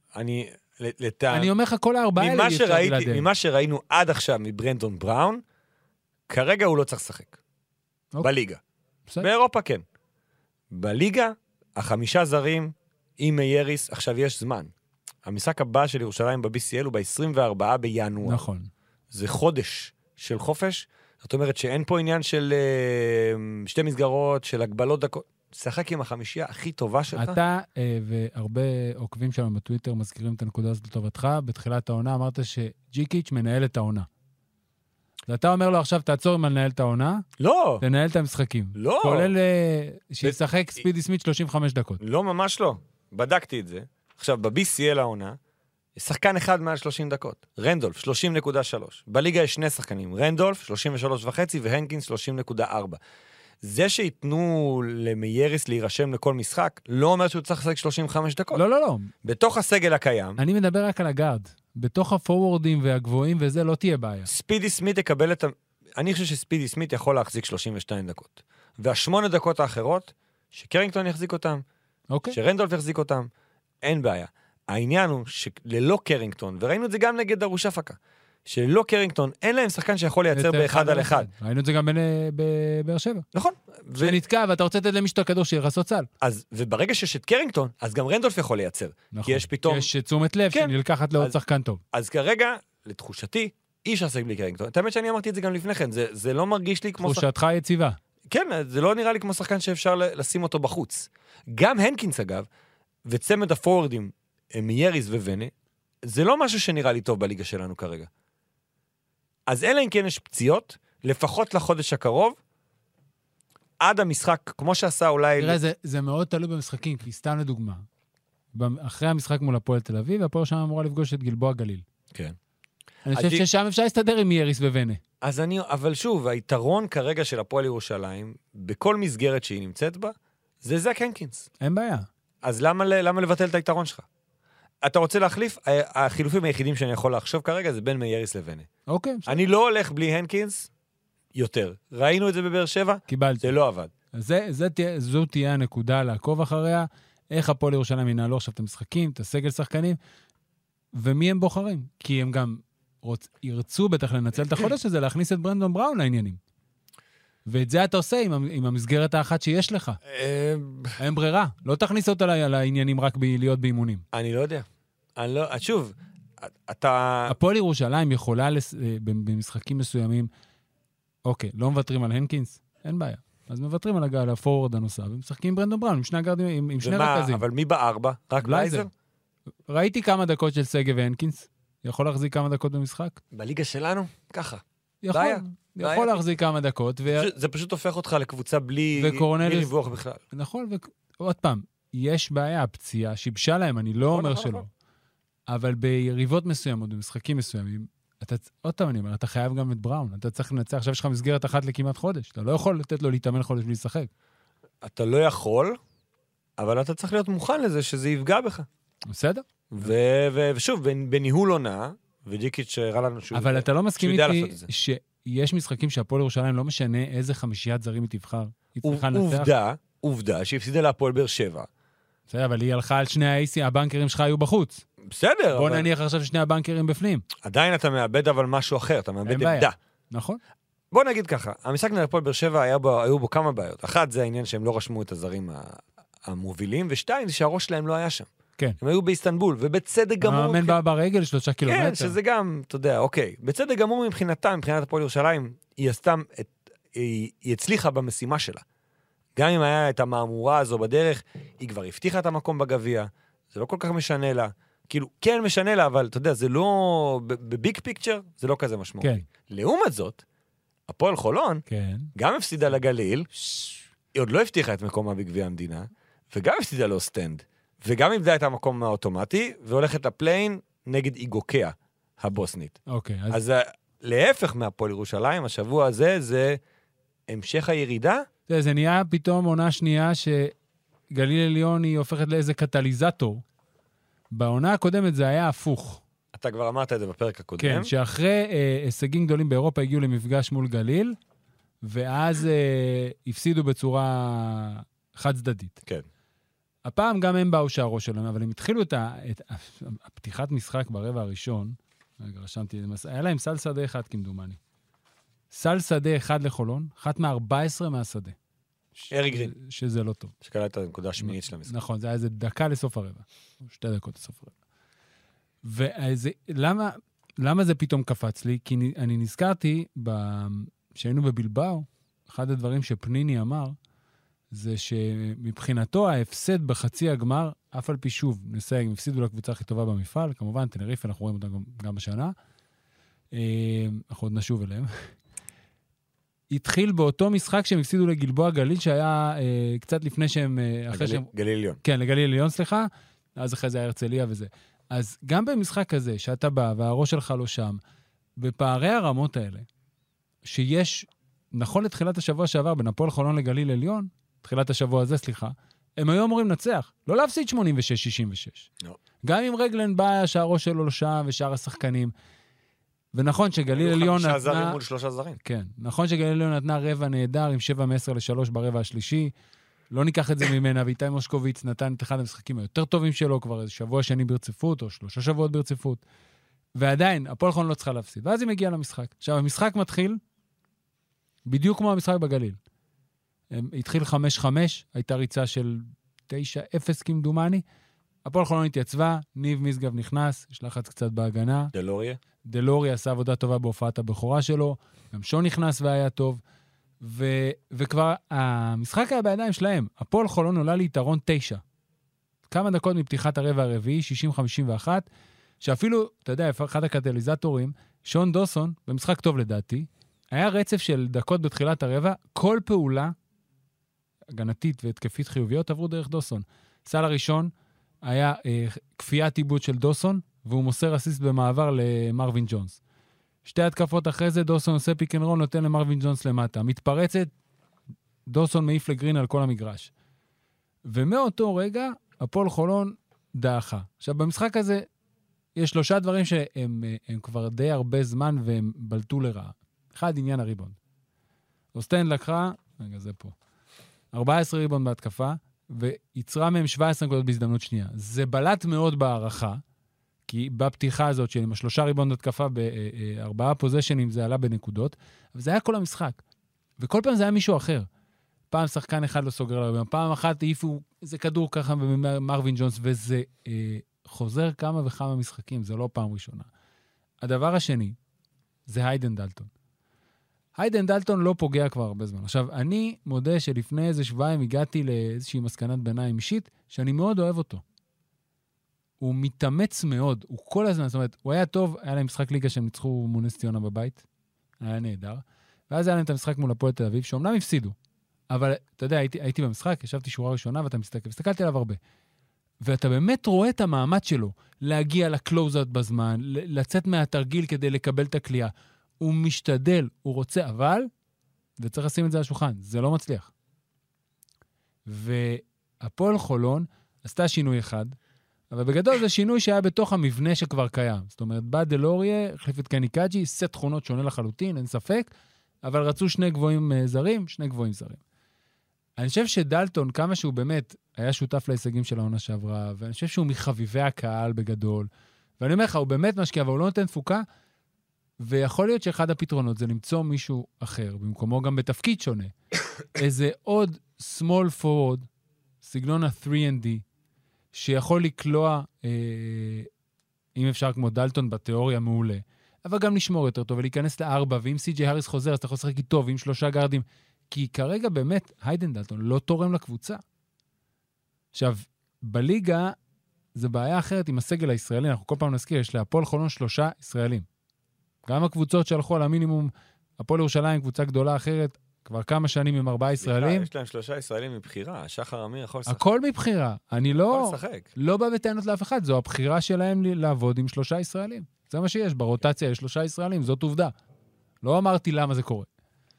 אני אומר לך, כל 4 האלה יש בלעדיהם. ממה שראינו עד עכשיו מברנדון בראון, כרגע הוא לא צריך לשחק. בליגה. באירופה כן. בליגה, 5 זרים עם מייריס, עכשיו יש זמן. המשחק הבא של ירושלים ב-BCL הוא ב-24 בינואר. נכון. זה חודש של חופש, זאת אומרת שאין פה עניין של 2 מסגרות, של הגבלות דקות. שחק עם 5 הכי טובה שלך. אתה והרבה עוקבים שלנו בטוויטר מזכירים את הנקודה הזאת לטובתך. בתחילת העונה אמרת שג'יקיץ' מנהל את העונה. ואתה אומר לו עכשיו, תעצור עם לנהל את העונה. לא. תנהל את המשחקים. לא. כולל שישחק ספידי סמית 35 דקות. לא, ממש לא. בדקתי את זה. עכשיו, ב-BCL העונה, שחקן אחד מעל 30 דקות. רנדולף, 30.3. בליגה יש 2 שחקנים. רנדולף, 33.5, והנקינס, 30.4. זה שיתנו למייריס להירשם לכל משחק, לא אומר שהוא צריך לשחק 35 דקות. לא, לא, לא. בתוך הסגל הקיים... אני מדבר רק על הגארד. בתוך הפורורדים והגבוהים וזה לא תהיה בעיה. ספידי סמית יקבל את... אני חושב שספידי סמית יכול להחזיק 32 דקות. וה8 דקות האחרות, שקרינגטון יחזיק אותם, שרנדולף יחזיק אותם, אין בעיה. העניין הוא שללא קרינגטון, וראינו את זה גם נגד דרוש אפקה, שללא קרינגטון, אין להם שחקן שיכול לייצר באחד על אחד. ראינו את זה גם בבאר שבע. נכון. שנתקע, ואתה רוצה לתת למישהו הכדור שירסות סל. וברגע שיש את קרינגטון, אז גם רנדולף יכול לייצר. נכון. כי יש פתאום... יש תשומת לב שנלקחת לעוד שחקן טוב. אז כרגע, לתחושתי, אי אפשר לשחק בלי קרינגטון. האמת שאני אמרתי את זה גם לפני כן, זה לא מרגיש לי כמו... תחושתך יציבה. כן, זה לא נראה לי כמו שחקן שאפשר לשים אותו בחוץ. גם הנקינס אגב, וצמד הפורורדים מייריס וונה, זה לא משהו שנראה לי טוב בליגה שלנו כרגע. אז אלא אם כן יש פציעות, לפחות לחודש הקרוב, עד המשחק, כמו שעשה אולי... תראה, זה מאוד תלוי במשחקים, כי סתם לדוגמה, אחרי המשחק מול הפועל תל אביב, הפועל שם אמורה לפגוש את גלבוע גליל. כן. אני חושב ששם אפשר להסתדר עם מייריס וונה. אבל שוב, היתרון כרגע של הפועל ירושלים, בכל מסגרת שהיא נמצאת בה, זה זק הנקינס. אין בעיה. אז למה לבטל את היתרון שלך? אתה רוצה להחליף? החילופים היחידים שאני יכול לחשוב כרגע זה בין מייריס לוונה. אוקיי. אני לא הולך בלי הנקינס יותר. ראינו את זה בבאר שבע? קיבלתי. זה לא עבד. זו תהיה הנקודה לעקוב אחריה, איך הפועל ירושלים ינהלו עכשיו את המשחקים, את הסגל שחקנים, ומי הם בוחרים? כי הם גם ירצו בטח לנצל את החודש הזה, להכניס את ברנדון בראון לעניינים. ואת זה אתה עושה עם המסגרת האחת שיש לך. אין ברירה. לא תכניס אותה לעניינים רק להיות באימונים. אני לא יודע. שוב, אתה... הפועל ירושלים יכולה במשחקים מסוימים, אוקיי, לא מוותרים על הנקינס? אין בעיה. אז מוותרים על הפורוורד הנוסף, ומשחקים עם ברנדון בראון, עם שני הגרדים, עם שני רכזים. אבל מי בארבע? רק בלייזר? ראיתי כמה דקות של סגב והנקינס. יכול להחזיק כמה דקות במשחק? בליגה שלנו? ככה. יכול להחזיק כמה דקות. זה פשוט הופך אותך לקבוצה בלי ריווח בכלל. נכון, ועוד פעם, יש בעיה, הפציעה, שיבשה להם, אני לא אומר שלא. אבל ביריבות מסוימות, במשחקים מסוימים, עוד פעם אני אומר, אתה חייב גם את בראון, אתה צריך לנצח, עכשיו יש לך מסגרת אחת לכמעט חודש, אתה לא יכול לתת לו להתאמן חודש בלי לשחק. אתה לא יכול, אבל אתה צריך להיות מוכן לזה שזה יפגע בך. בסדר? ושוב, בניהול עונה, וג'יקיץ' הראה לנו שהוא אבל אתה לא מסכים יודע איתי לעשות את זה. שיש משחקים שהפועל ירושלים לא משנה איזה 5 זרים היא תבחר. היא צריכה לנצח. עובדה שהפסידה להפועל באר שבע. בסדר, אבל היא הלכה על שני האייסי, הבנקרים שלך היו בחוץ. בסדר. בוא נניח עכשיו ששני הבנקרים בפנים. עדיין אתה מאבד אבל משהו אחר, אתה מאבד עמדה. נכון. בוא נגיד ככה, המשחק נגד הפועל באר שבע היו בו כמה בעיות. אחת זה העניין שהם לא רשמו את הזרים המובילים, ושתיים זה שהראש שלהם לא היה שם. כן. הם היו באיסטנבול, ובצדק גמור... המאמן ברגל 3 קילומטר. כן, שזה גם, אתה יודע, אוקיי. בצדק גמור מבחינתה, מבחינת הפועל ירושלים, היא הצליחה במשימה שלה. גם אם היה את המאמורה הזו בדרך, היא כבר הבטיחה את המקום בגביע, זה לא כל כך משנה לה. כאילו, כן משנה לה, אבל אתה יודע, זה לא... בביג פיקצ'ר, זה לא כזה משמעותי. כן. לעומת זאת, הפועל חולון, כן. גם הפסידה לגליל, היא עוד לא הבטיחה את מקומה בגביע המדינה, וגם הפסידה לו סטנד, וגם איבדה את המקום האוטומטי, והולכת לפליין נגד איגוקיה, הבוסנית. אוקיי. אז להפך מהפועל ירושלים, השבוע הזה זה המשך הירידה. זה נהיה פתאום עונה שנייה שגליל עליון היא הופכת לאיזה קטליזטור. בעונה הקודמת זה היה הפוך. אתה כבר אמרת את זה בפרק הקודם. כן, שאחרי הישגים גדולים באירופה הגיעו למפגש מול גליל, ואז הפסידו בצורה חד צדדית. כן. הפעם גם הם באו שהראש שלהם, אבל הם התחילו את הפתיחת משחק ברבע הראשון, רגע, רשמתי, היה להם סל שדה אחד כמדומני. סל שדה אחד לחולון, אחת מה-14 מהשדה. ארי גרין. שזה לא טוב. שקלה את הנקודה השמינית של המשחק. נכון, זה היה איזה דקה לסוף הרבע. 2 דקות לסוף הרבע. למה זה פתאום קפץ לי? כי אני נזכרתי, שהיינו בבלבאו, אחד הדברים שפניני אמר, זה שמבחינתו ההפסד בחצי הגמר, אף על פי שוב, נסייג, הם הפסידו לקבוצה הכי טובה במפעל, כמובן, תנריף, אנחנו רואים אותה גם השנה, אנחנו עוד נשוב אליהם. התחיל באותו משחק שהם הפסידו לגלבוע גליל, שהיה קצת לפני שהם... גליל עליון. כן, לגליל עליון, סליחה, אז אחרי זה היה הרצליה וזה. אז גם במשחק הזה, שאתה בא והראש שלך לא שם, בפערי הרמות האלה, שיש, נכון לתחילת השבוע שעבר, בין הפועל חולון לגליל עליון, תחילת השבוע הזה, סליחה, הם היו אמורים לנצח, לא להפסיד 86-66. לא. גם אם רגלן בא, שהראש שלו לא שם, ושאר השחקנים. ונכון שגליל עליון נתנה... 5 זרים מול 3 זרים. כן, נכון שגליל עליון נתנה רבע נהדר, עם 7-10-3 ברבע השלישי, לא ניקח את זה ממנה, ואיתי מושקוביץ נתן את אחד המשחקים היותר טובים שלו, כבר איזה שבוע שני ברציפות, או 3 שבועות ברציפות, ועדיין, הפועל חולון לא צריכה להפסיד. ואז היא מגיעה למשחק. עכשיו, המשחק מתחיל, בדיוק כמו המשחק בגליל. התחיל 5-5, הייתה ריצה של 9-0 כמדומני, הפועל חולון התייצבה, ניב משגב נכנס, יש לחץ קצת בהגנה. דלוריה עשה עבודה טובה בהופעת הבכורה שלו, גם שון נכנס והיה טוב, וכבר המשחק היה בידיים שלהם. הפועל חולון עולה ליתרון 9. כמה דקות מפתיחת הרבע הרביעי, 60-51, שאפילו, אתה יודע, אחד הקטליזטורים, שון דוסון, במשחק טוב לדעתי, היה רצף של דקות בתחילת הרבע, כל פעולה הגנתית והתקפית חיוביות עברו דרך דוסון. סל הראשון היה כפיית עיבוד של דוסון, והוא מוסר אסיסט במעבר למרווין ג'ונס. 2 התקפות אחרי זה, דוסון עושה פיק אנד רול, נותן למרווין ג'ונס למטה. מתפרצת, דוסון מעיף לגרין על כל המגרש. ומאותו רגע, הפועל חולון דעכה. עכשיו, במשחק הזה, יש 3 דברים שהם כבר די הרבה זמן, והם בלטו לרעה. אחד, עניין הריבון. אוסטנד לקחה, רגע, זה פה, 14 ריבון בהתקפה, ויצרה מהם 17 נקודות בהזדמנות שנייה. זה בלט מאוד בהערכה, כי בפתיחה הזאת של עם 3 ריבון בהתקפה, ב4 פוזיישנים זה עלה בנקודות, אבל זה היה כל המשחק. וכל פעם זה היה מישהו אחר. פעם שחקן אחד לא סוגר לרבון, פעם אחת העיפו איזה כדור ככה במרווין ג'ונס, וזה חוזר כמה וכמה משחקים, זה לא פעם ראשונה. הדבר השני, זה היידן דלטון. היידן דלטון לא פוגע כבר הרבה זמן. עכשיו, אני מודה שלפני איזה שבועיים הגעתי לאיזושהי מסקנת ביניים אישית, שאני מאוד אוהב אותו. הוא מתאמץ מאוד, הוא כל הזמן, זאת אומרת, הוא היה טוב, היה להם משחק ליגה שהם ניצחו מול נס ציונה בבית, היה נהדר, ואז היה להם את המשחק מול הפועל תל אביב, שאומנם הפסידו, אבל אתה יודע, הייתי במשחק, ישבתי שורה ראשונה, ואתה הסתכלתי עליו הרבה. ואתה באמת רואה את המאמץ שלו, להגיע לקלוז-אוט בזמן, לצאת מהתרגיל כדי לקבל את הקליעה. הוא משתדל, הוא רוצה, אבל, וצריך לשים את זה על השולחן, זה לא מצליח. והפועל חולון עשתה שינוי אחד, אבל בגדול זה שינוי שהיה בתוך המבנה שכבר קיים. זאת אומרת, בא דלוריה, החליף את קניקאג'י, סט תכונות שונה לחלוטין, אין ספק, אבל רצו שני גבוהים זרים, שני גבוהים זרים. אני חושב שדלטון, כמה שהוא באמת היה שותף להישגים של העונה שעברה, ואני חושב שהוא מחביבי הקהל בגדול, ואני אומר לך, הוא באמת משקיע, אבל הוא לא נותן תפוקה, ויכול להיות שאחד הפתרונות זה למצוא מישהו אחר, במקומו גם בתפקיד שונה. איזה עוד small forward, סגנון ה-3&D, שיכול לקלוע, אם אפשר כמו דלטון בתיאוריה מעולה, אבל גם לשמור יותר טוב ולהיכנס ל4, ואם סי.ג'יי האריס חוזר, אז אתה יכול לשחק איתו, ועם 3 גארדים, כי כרגע באמת היידן דלטון לא תורם לקבוצה. עכשיו, בליגה זה בעיה אחרת עם הסגל הישראלי, אנחנו כל פעם נזכיר, יש להפועל חולון 3 ישראלים. גם הקבוצות שהלכו על המינימום, הפועל ירושלים, קבוצה גדולה אחרת, כבר כמה שנים עם 4 ישראלים. יש להם 3 ישראלים מבחירה, שחר אמיר יכול לשחק. הכל מבחירה. אני לא בא בטענות לאף אחד, זו הבחירה שלהם לעבוד עם 3 ישראלים. זה מה שיש, ברוטציה יש 3 ישראלים, זאת עובדה. לא אמרתי למה זה קורה.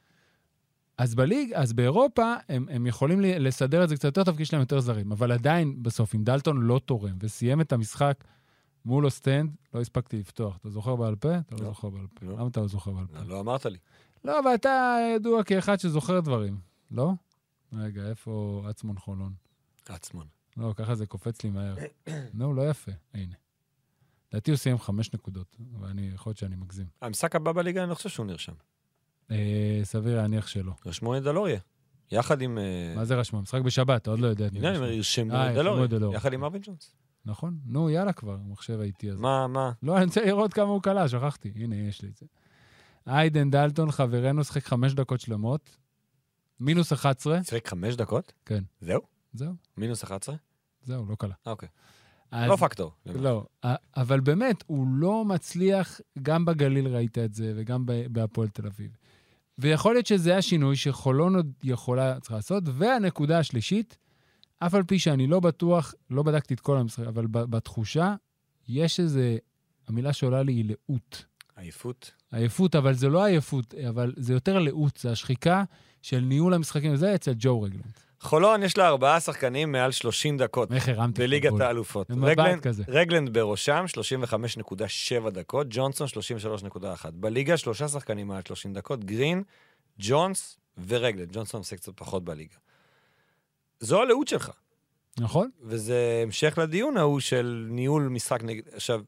אז באירופה הם יכולים לסדר את זה קצת יותר טוב, כי יש להם יותר זרים, אבל עדיין בסוף, אם דלטון לא תורם, וסיים את המשחק מול הסטנד, לא הספקתי לפתוח. אתה זוכר בעל פה? אתה לא זוכר בעל פה. למה אתה לא זוכר בעל פה? לא אמרת לי. לא, אבל אתה ידוע כאחד שזוכר דברים, לא? רגע, איפה עצמון חולון? עצמון. לא, ככה זה קופץ לי מהר. נו, לא יפה, הנה. לדעתי הוא סיים 5 נקודות, ואני יכול להיות שאני מגזים. המשחק הבא בליגה, אני לא חושב שהוא נרשם. סביר להניח שלא. רשמו את דלוריה. יחד עם... מה זה רשמו? משחק בשבת, אתה עוד לא יודע. הנה, אני אומר, ירשמו את דלוריה. יחד עם מרווין ג'ונס. נכון. נו, יאללה כבר, המחשב האיטי הזה. מה? לא, אני רוצה לראות כמה הוא קלה, שכחתי. הנה, יש לי את זה. היידן דלטון, חברנו, שחק 5 דקות שלמות. מינוס 11. שחק 5 דקות? כן. זהו? מינוס 11? זהו, לא קלה. אוקיי. לא פקטור. לא, אבל באמת, הוא לא מצליח, גם בגליל ראית את זה, וגם בהפועל תל אביב. ויכול להיות שזה השינוי שחולון עוד יכולה צריך לעשות, והנקודה השלישית, אף על פי שאני לא בטוח, לא בדקתי את כל המשחק, אבל בתחושה, יש איזה, המילה שעולה לי היא לאות. עייפות, אבל זה לא עייפות, אבל זה יותר לאות, זה השחיקה של ניהול המשחקים, וזה אצל ג'ו רגלנד. חולון יש לה 4 שחקנים מעל 30 דקות בליגת האלופות. רגלנד בראשם 35.7 דקות, ג'ונסון 33.1. בליגה 3 שחקנים מעל 30 דקות, גרין, ג'ונס ורגלנד. ג'ונסון עושה קצת פחות בליגה. זו הלאות שלך. נכון. וזה המשך לדיון ההוא של ניהול משחק נגד... עכשיו,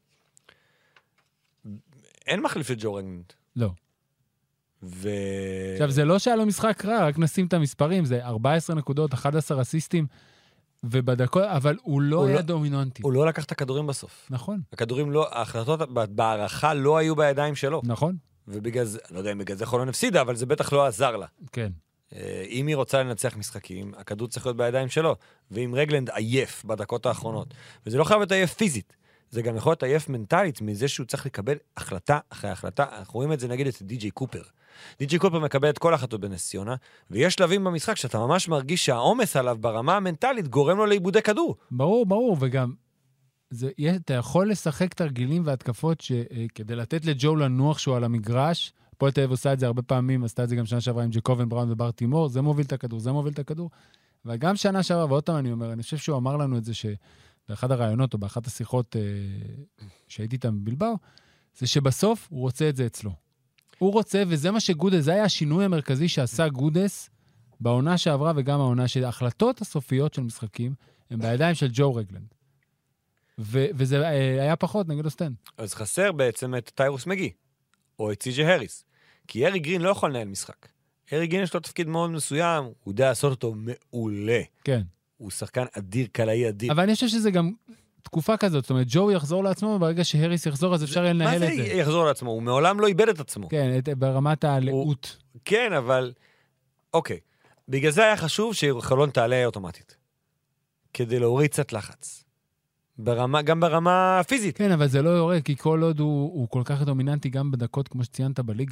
אין מחליף לג'ו רגלנד. לא. עכשיו, זה לא שהיה לו משחק רע, רק נשים את המספרים, זה 14 נקודות, 11 אסיסטים, ובדקות, אבל הוא לא היה דומיננטי. הוא לא לקח את הכדורים בסוף. נכון. הכדורים לא, ההחלטות בהערכה לא היו בידיים שלו. נכון. ובגלל זה, לא יודע אם בגלל זה חולון הפסידה, אבל זה בטח לא עזר לה. כן. אם היא רוצה לנצח משחקים, הכדור צריך להיות בידיים שלו. ואם רגלנד עייף בדקות האחרונות, וזה לא חייב להיות עייף פיזית, זה גם יכול להיות עייף מנטלית, מזה שהוא צריך לקבל החלטה אחרי החלטה. אנחנו רואים את זה נגיד את די.ג'יי קופר. די.ג'יי קופר מקבל את כל החלטות בנס ציונה, ויש שלבים במשחק שאתה ממש מרגיש שהעומס עליו ברמה המנטלית גורם לו לאיבודי כדור. ברור, וגם אתה יכול לשחק תרגילים והתקפות כדי לתת לג'ו לנוח שהוא על המגרש. הפועל תל אביב עושה את זה הרבה פעמים, עשתה את זה גם שנה שעברה עם ג'קובן בראון ובר תימור, זה מוביל את הכדור, וגם שנה שעברה, ועוד פעם אני אומר, אני חושב שהוא אמר לנו את זה באחד הרעיונות או באחת השיחות שהייתי איתם בבלבאו, זה שבסוף הוא רוצה את זה אצלו. הוא רוצה, וזה מה שגודס, זה היה השינוי המרכזי שעשה גודס בעונה שעברה וגם העונה שההחלטות הסופיות של משחקים הם בידיים של ג'ו רגלנד. וזה היה פחות נגד הסטנד. אז חסר בעצם את טיירוס מגי, או את סי.ג'יי האריס. כי ארי גרין לא יכול לנהל משחק. ארי גרין יש לו תפקיד מאוד מסוים, הוא יודע לעשות אותו מעולה. כן. הוא שחקן אדיר, קלעי אדיר. אבל אני חושב שזה גם תקופה כזאת, זאת אומרת, ג'ו יחזור לעצמו, וברגע שהריס יחזור, אז אפשר לנהל את זה. מה זה יחזור לעצמו? הוא מעולם לא איבד את עצמו. כן, ברמת הלאות. כן, אבל... אוקיי. בגלל זה היה חשוב שחולון תעלה אוטומטית. כדי להוריד קצת לחץ. גם ברמה פיזית. כן, אבל זה לא יורד, כי כל עוד הוא כל כך דומיננטי גם בדקות, כמו שציינת בליגה.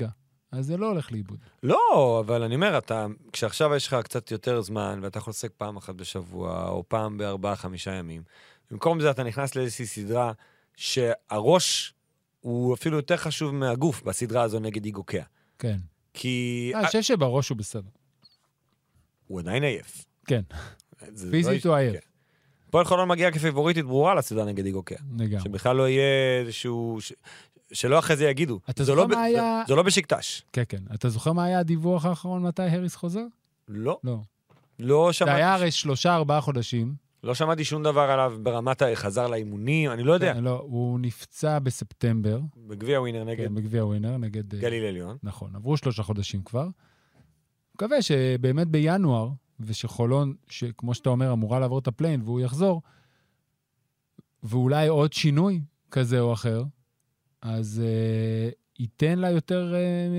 אז זה לא הולך לאיבוד. לא, אבל אני אומר, כשעכשיו יש לך קצת יותר זמן, ואתה יכול לעסק פעם אחת בשבוע, או פעם ב4-5 ימים, במקום זה אתה נכנס לאיזושהי סדרה, שהראש הוא אפילו יותר חשוב מהגוף, בסדרה הזו נגד איגוקיה. כן. כי... אני חושב שבראש הוא בסדר. הוא עדיין עייף. כן. פיזית הוא עייף. פועל חולון מגיע כפייבוריטית ברורה לסדרה נגד איגוקיה. לגמרי. שבכלל לא יהיה איזשהו... שלא אחרי זה יגידו. זה לא בשקטש. כן, כן. אתה זוכר מה היה הדיווח האחרון מתי הריס חוזר? לא. לא. לא שמעתי. זה היה הרי 3-4 חודשים. לא שמעתי שום דבר עליו ברמת חזר לאימונים, אני לא יודע. לא, הוא נפצע בספטמבר. בגביע ווינר נגד... כן, בגביע ווינר נגד... גליל עליון. נכון, עברו 3 חודשים כבר. מקווה שבאמת בינואר, ושחולון, שכמו שאתה אומר, אמורה לעבור את הפליין, והוא יחזור, ואולי עוד שינוי כזה או אחר, אז ייתן לה יותר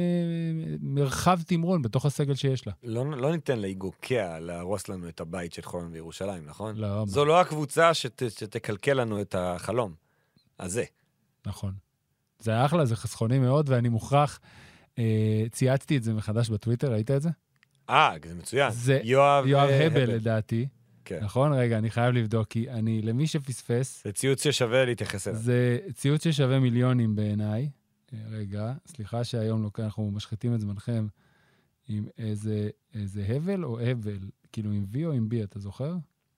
מרחב תמרון בתוך הסגל שיש לה. לא ניתן לאיגוקיה להרוס לנו את הבית של חולון בירושלים, נכון? לא. זו לא הקבוצה שתקלקל לנו את החלום הזה. נכון. זה היה אחלה, זה חסכוני מאוד, ואני מוכרח, צייצתי את זה מחדש בטוויטר, ראית את זה? זה מצוין. זה יואב הבל לדעתי. כן. נכון? רגע, אני חייב לבדוק, כי למי שפספס... זה ציוץ ששווה להתייחס אליו. זה ציוץ ששווה מיליונים בעיניי. רגע, סליחה שהיום אנחנו משחיתים את זמנכם עם איזה הבל או הבל, כאילו עם V או עם B, אתה זוכר?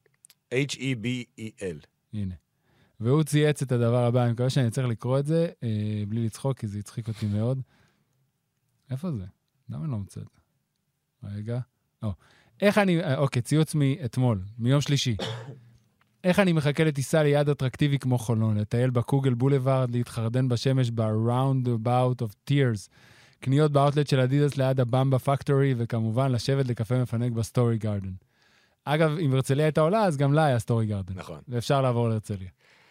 H-E-B-E-L. הנה. והוא צייץ את הדבר הבא, אני מקווה שאני צריך לקרוא את זה, בלי לצחוק, כי זה יצחיק אותי מאוד. איפה זה? למה אני לא מוצא את זה? רגע. אוקיי, ציוץ מאתמול, מיום שלישי. איך אני מחכה לטיסה ליד אטרקטיבי כמו חולון, לטייל בקוגל בולווארד, להתחרדן בשמש ב-roundabout of tears, קניות באוטלט של אדידס ליד הבמבה פקטורי, וכמובן לשבת לקפה מפנק בסטורי גארדן. אגב, אם הרצליה הייתה עולה, אז גם לה היה סטורי גארדן. נכון. ואפשר לעבור להרצליה.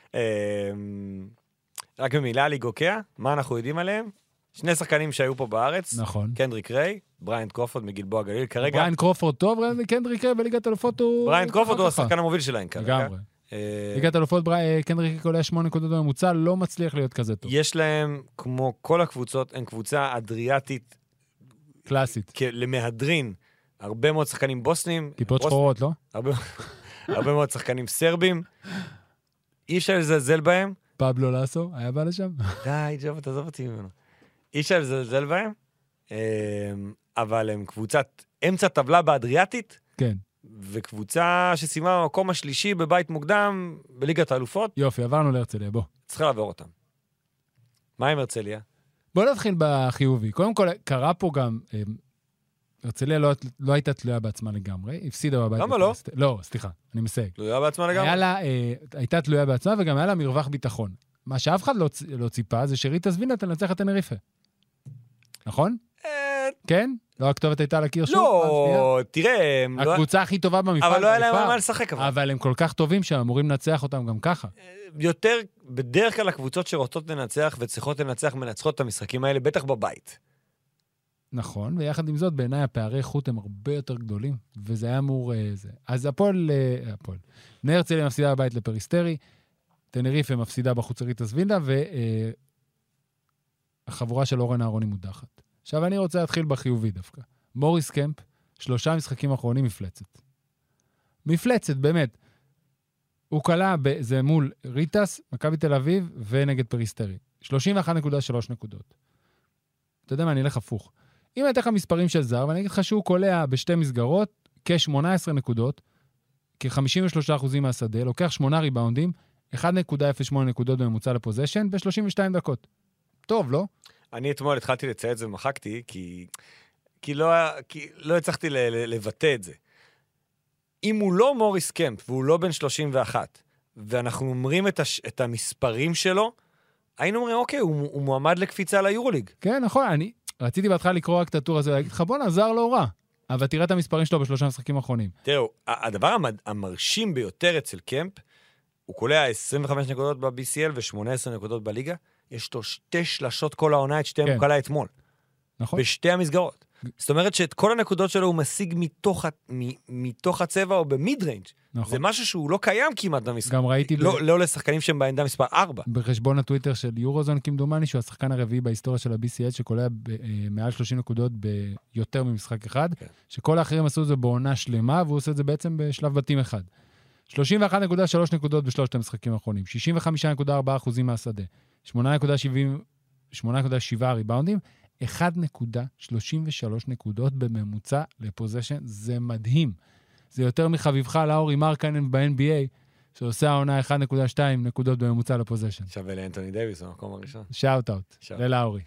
רק במילה על איגוקיה, מה אנחנו יודעים עליהם? 2 שחקנים שהיו פה בארץ. נכון. קנדריק ריי, בריאנט קרופורד מגלבוע גליל. כרגע... בריאנט קרופורד טוב, קנדריק ריי בליגת אלופות הוא... בריאנט קרופורד הוא השחקן המוביל שלהם כרגע. לגמרי. ליגת אלופות, קנדריק ריי עולה 8 נקודות בממוצע, לא מצליח להיות כזה טוב. יש להם, כמו כל הקבוצות, הם קבוצה אדריאטית. קלאסית. למהדרין. הרבה מאוד שחקנים בוסנים. כיפות שחורות, לא? הרבה מאוד שחקנים סרבים. אי אפשר לזלזל בהם. פבלו לסו, היה בא לשם? די, ג'וב, תעזוב אותי ממנו. אי אפשר לזלזל בהם, אבל הם קבוצת אמצע טבלה באדריאטית, כן. וקבוצה שסיימה במקום השלישי בבית מוקדם, בליגת האלופות. יופי, עברנו להרצליה, בוא. צריכה לעבור אותם. מה עם הרצליה? בוא נתחיל בחיובי. קודם כל, קרה פה גם, הרצליה לא הייתה תלויה בעצמה לגמרי, הפסידה בבית. למה לא? לא, סליחה, אני מסייג. תלויה בעצמה לגמרי? הייתה תלויה בעצמה, וגם היה לה מרווח ביטחון. מה שאף אחד לא ציפה, זה שריטה סווינה תנצח את טנריפה. נכון? כן? לא הכתובת הייתה על הקיר שוב? לא, תראה... הקבוצה הכי טובה במפעל. אבל לא היה להם מה לשחק. אבל הם כל כך טובים שאמורים לנצח אותם גם ככה. יותר, בדרך כלל הקבוצות שרוצות לנצח וצריכות לנצח מנצחות את המשחקים האלה, בטח בבית. נכון, ויחד עם זאת, בעיניי הפערי איכות הם הרבה יותר גדולים, וזה היה אמור... אז הפועל... בני הרצליה מפסידה בבית לפריסטרי, טנריפה מפסידה בחוץ ריטה סווינה, והחבורה של אורן אהרוני מודחת. עכשיו אני רוצה להתחיל בחיובי דווקא. מוריס קמפ, 3 משחקים אחרונים מפלצת. מפלצת, באמת. הוא קלה, זה מול ריטס, מכבי תל אביב, ונגד פריסטרי. 31.3 נקודות. אתה יודע מה, אני אלך הפוך. אם הייתה לך מספרים של זר, ואני אגיד לך שהוא קולע בשתי מסגרות, כ-18 נקודות, כ-53% מהשדה, לוקח 8 ריבאונדים, 1.08 נקודות בממוצע לפוזיישן, ב-32 דקות. טוב, לא? אני אתמול התחלתי לצייץ ומחקתי, כי לא הצלחתי לבטא את זה. אם הוא לא מוריס קמפ, והוא לא בן 31, ואנחנו אומרים את המספרים שלו, היינו אומרים, אוקיי, הוא מועמד לקפיצה ליורוליג. כן, נכון, אני רציתי בהתחלה לקרוא רק את הטור הזה, להגיד לך, בוא נעזר לא רע, אבל תראה את המספרים שלו ב3 משחקים האחרונים. תראו, הדבר המרשים ביותר אצל קמפ, הוא קולע 25 נקודות ב-BCL ו-18 נקודות בליגה, יש לו 2 שלשות כל העונה, את שתיהם הוא קלע אתמול. נכון. בשתי המסגרות. זאת אומרת שאת כל הנקודות שלו הוא משיג מתוך הצבע או במיד ריינג'. נכון. זה משהו שהוא לא קיים כמעט במשחק. גם ראיתי... לא לשחקנים שהם בעמדה מספר 4. בחשבון הטוויטר של יורוזון כמדומני, שהוא השחקן הרביעי בהיסטוריה של ה-BCS, שקולע מעל 30 נקודות ביותר ממשחק אחד, שכל האחרים עשו את זה בעונה שלמה, והוא עושה את זה בעצם בשלב בתים אחד. 31.3 נקודות בשלושת המשחקים האחרונים, 65.4% מהשדה, 8.7 ריבאונדים, 1.33 נקודות בממוצע לפוזיישן, זה מדהים. זה יותר מחביבך לאורי מרקנן ב-NBA, שעושה העונה 1.2 נקודות בממוצע לפוזיישן. שווה לאנטוני דייביס, המקום הראשון. שאוט-אוט, ולאורי.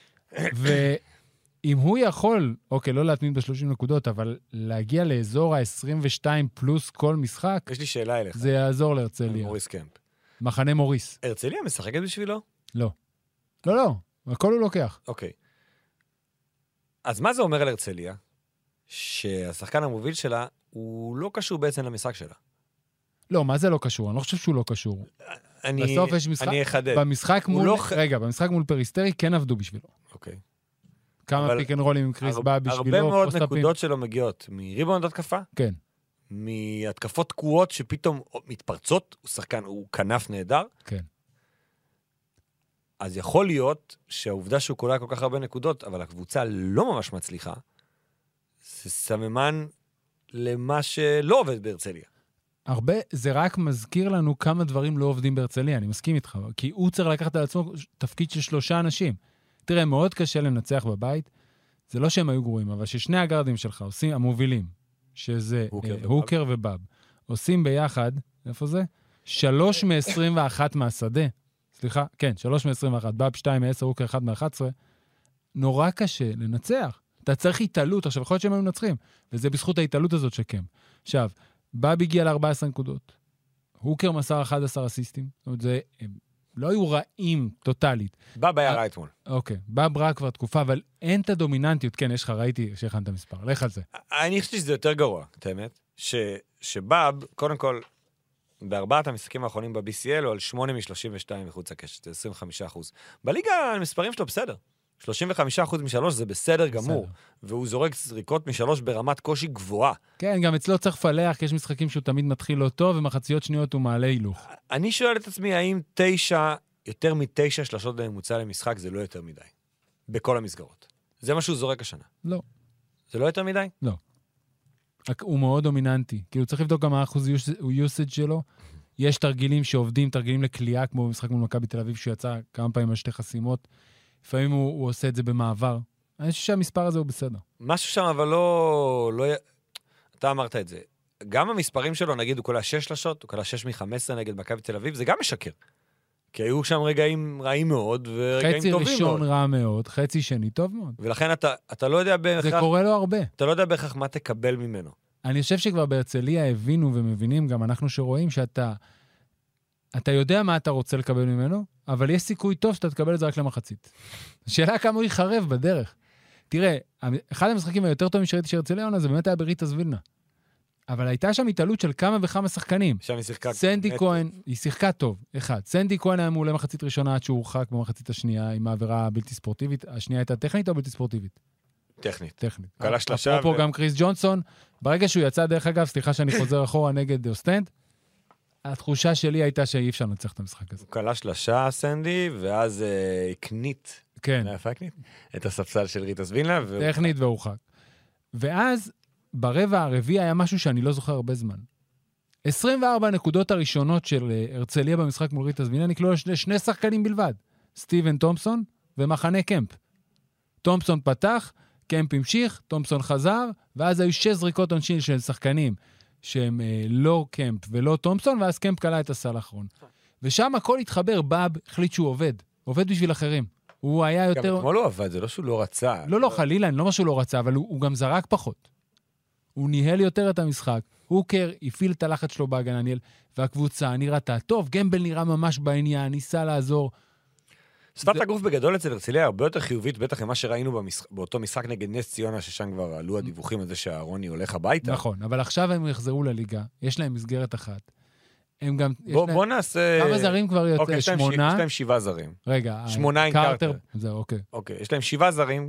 ואם הוא יכול, אוקיי, לא להתמיד ב-30 נקודות, אבל להגיע לאזור ה-22 פלוס כל משחק, יש לי שאלה אליך. זה יעזור להרצליה. מוריס קמפ. מחנה מוריס. הרצליה משחקת בשבילו? לא. לא, הכל הוא לוקח. אוקיי. אז מה זה אומר על הרצליה? שהשחקן המוביל שלה הוא לא קשור בעצם למשחק שלה. לא, מה זה לא קשור? אני לא חושב שהוא לא קשור. בסוף יש משחק... אני אחדד. במשחק מול... רגע, במשחק מול פריסטרי כן עבדו בשבילו. אוקיי. כמה פיק אנד רולים עם קריס בא בשבילו. הרבה מאוד נקודות שלו מגיעות מריבאונד התקפה. כן. מהתקפות תקועות שפתאום מתפרצות, הוא שחקן, הוא כנף נהדר. כן. אז יכול להיות שהעובדה שהוא קולע כל כך הרבה נקודות, אבל הקבוצה לא ממש מצליחה, זה סממן למה שלא עובד בהרצליה. הרבה, זה רק מזכיר לנו כמה דברים לא עובדים בהרצליה, אני מסכים איתך, כי הוא צריך לקחת על עצמו תפקיד של 3 אנשים. תראה, מאוד קשה לנצח בבית, זה לא שהם היו גרועים, אבל ששני הגרדים שלך עושים, המובילים, שזה הוקר ובאב, עושים ביחד, איפה זה? 3 מ-21 מהשדה, סליחה, כן, 3 מ-21, באב 2 מ-10, הוקר 1 מ-11, נורא קשה לנצח. אתה צריך התעלות, עכשיו יכול להיות שהם היו מנצחים, וזה בזכות ההתעלות הזאת שקם. עכשיו, באב הגיע ל-14 נקודות, הוקר מסר 11 אסיסטים, זאת אומרת, זה, הם לא היו רעים טוטלית. באב היה רע אתמול. אוקיי, באב רע כבר תקופה, אבל אין את הדומיננטיות, כן, יש לך, ראיתי שהכנת המספר, לך על זה. אני חושב שזה יותר גרוע, את האמת, שבאב, קודם כל, בארבעת המשחקים האחרונים ב-BCL, הוא על 8 מ-32 מחוץ לקשת, זה 25%. בליגה, המספרים שלו בסדר. 35% מ-3 זה בסדר גמור, והוא זורק זריקות מ-3 ברמת קושי גבוהה. כן, גם אצלו צריך לפלח, כי יש משחקים שהוא תמיד מתחיל לא טוב, ומחציות שניות הוא מעלה הילוך. אני שואל את עצמי, האם יותר מ-9 שלשות בממוצע למשחק, זה לא יותר מדי? בכל המסגרות. זה מה שהוא זורק השנה. לא. זה לא יותר מדי? לא. הוא מאוד דומיננטי, כי הוא צריך לבדוק גם מה האחוז usage שלו. יש תרגילים שעובדים, תרגילים לקליעה, כמו במשחק מול מכבי תל אביב, שהוא יצא כמה פעמים על 2 חסימות. לפעמים הוא עושה את זה במעבר. אני חושב שהמספר הזה הוא בסדר. משהו שם, אבל לא... אתה אמרת את זה. גם המספרים שלו, נגיד, הוא קולע 6 שלשות, הוא קולע 6 מ-15 נגד מכבי תל אביב, זה גם משקר. כי היו שם רגעים רעים מאוד, ורגעים טובים מאוד. חצי ראשון רע מאוד, חצי שני טוב מאוד. ולכן אתה לא יודע בהכרח... זה קורה לו הרבה. אתה לא יודע בהכרח מה תקבל ממנו. אני חושב שכבר בהרצליה הבינו ומבינים, גם אנחנו שרואים שאתה יודע מה אתה רוצה לקבל ממנו, אבל יש סיכוי טוב שאתה תקבל את זה רק למחצית. השאלה כמה הוא יחרב בדרך. תראה, אחד המשחקים היותר טובים שראיתי שהרצליה עונה, זה באמת היה בריטס וילנה. אבל הייתה שם התעלות של כמה וכמה שחקנים. שם היא שיחקה... סנדי כהן, היא שיחקה טוב, אחד. סנדי כהן היה מעולה מחצית ראשונה עד שהוא הורחק במחצית השנייה עם העבירה הבלתי ספורטיבית. השנייה הייתה טכנית או בלתי ספורטיבית? טכנית. טכנית. קלה שלושה. אפרופו גם קריס ג'ונסון, ברגע שהוא יצא דרך אגב, סליחה שאני חוזר אחורה נגד אוסטנד, התחושה שלי הייתה שאי אפשר לנצח את המשחק הזה. הוא קלה שלושה סנדי, ואז הקנית. כן. איפה הקנית? את הספסל של ריטס וילנה. טכנית והורחק. ואז ברבע הרביעי היה משהו שאני לא זוכר הרבה זמן. 24 הנקודות הראשונות של הרצליה במשחק מול ריטס וילנה נקלעו לשני שחקנים בלבד. סטיבן תומפסון ומחנה קמפ. תומפסון פתח, קמפ המשיך, תומפסון חזר, ואז היו 6 זריקות עונשין של שחקנים שהם לא קמפ ולא תומפסון, ואז קמפ קלה את הסל האחרון. ושם הכל התחבר, באב החליט שהוא עובד בשביל אחרים. הוא היה יותר... גם אתמול לא עבד, זה לא שהוא לא רצה. לא, חלילה, לא משהו לא רצה, אבל הוא גם זרק פחות. הוא ניהל יותר את המשחק. הוקר הפעיל את הלחץ שלו בהגנה, והקבוצה נראתה טוב, גמבל נראה ממש בעניין, ניסה לעזור. שפת הגוף בגדול אצל הרצליה הרבה יותר חיובית, בטח ממה שראינו באותו משחק נגד נס ציונה, ששם כבר עלו הדיווחים על זה שהרוני הולך הביתה. נכון, אבל עכשיו הם יחזרו לליגה, יש להם מסגרת אחת. הם גם... בוא נעשה... כמה זרים כבר יוצא? אוקיי, 8? יש להם 7 זרים. רגע, 8 עם קארטר. זה, אוקיי. אוקיי, יש להם 7 זרים,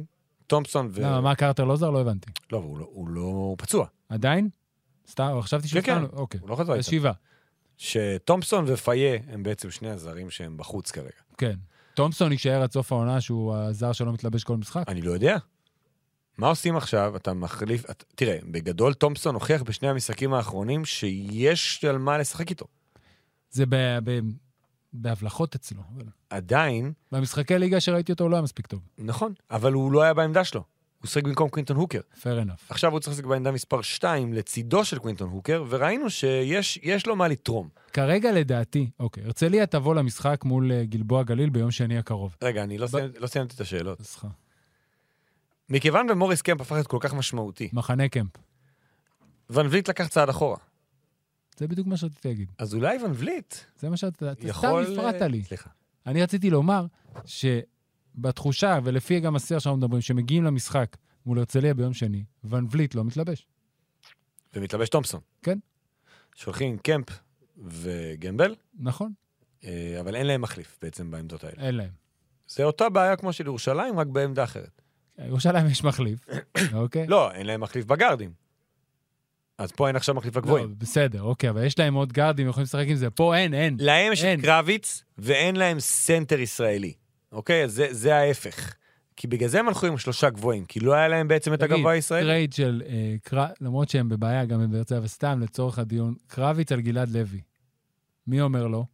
תומפסון ו... למה, מה קרטר לא זר? לא הבנתי. לא, הוא לא פצוע. עדיין? סתם, חשבתי שהוא כן, אוקיי. הוא לא חזר איתה. 7. שתומפסון ופייה הם בעצם שני הזרים שהם בחוץ כרגע. כן. תומפסון יישאר עד סוף העונה שהוא הזר שלא מתלבש כל משחק? אני לא יודע. מה עושים עכשיו? אתה מחליף... תראה, בגדול תומפסון הוכיח בשני המשחקים האחרונים שיש על מה לשחק איתו. זה בהבלחות אצלו. עדיין... במשחקי ליגה שראיתי אותו הוא לא היה מספיק טוב. נכון, אבל הוא לא היה בעמדה שלו. הוא שחק במקום קווינטון הוקר. Fair enough. עכשיו הוא צריך לשחק בעמדה מספר 2 לצידו של קווינטון הוקר, וראינו שיש לו מה לתרום. כרגע לדעתי, אוקיי, הרצליה תבוא למשחק מול גלבוע גליל ביום שני הקרוב. רגע, אני לא סיימתי את השאלות. סליחה. מכיוון ומוריס קמפ הפך להיות כל כך משמעותי, מחנה קמפ. ון וליט לקח צעד אחורה. זה בדיוק מה שרציתי להגיד. אז אולי ון וליט זה מה שאתה... סתם יכול... הפרעת לי. סליחה. אני רציתי לומר שבתחושה, ולפי גם השיח שאנחנו מדברים, שמגיעים למשחק מול הרצליה ביום שני, ון וליט לא מתלבש. ומתלבש תומפסון. כן. שולחים קמפ וגמבל, נכון. אבל אין להם מחליף בעצם בעמדות האלה. אין להם. זה אותה בעיה כמו של ירושלים, רק בעמדה אחרת. ירושלים יש מחליף, אוקיי? לא, אין להם מחליף בגארדים. אז פה אין עכשיו מחליף הגבוהים. לא, בסדר, אוקיי, אבל יש להם עוד גארדים, יכולים לשחק עם זה. פה אין. להם יש קרביץ, ואין להם סנטר ישראלי. אוקיי? אז זה ההפך. כי בגלל זה הם הלכו עם 3 גבוהים, כי לא היה להם בעצם את הגבוה הישראלי. טרייד של, למרות שהם בבעיה, גם בברצה וסתם, לצורך הדיון, קרביץ על גלעד לוי. מי אומר לו?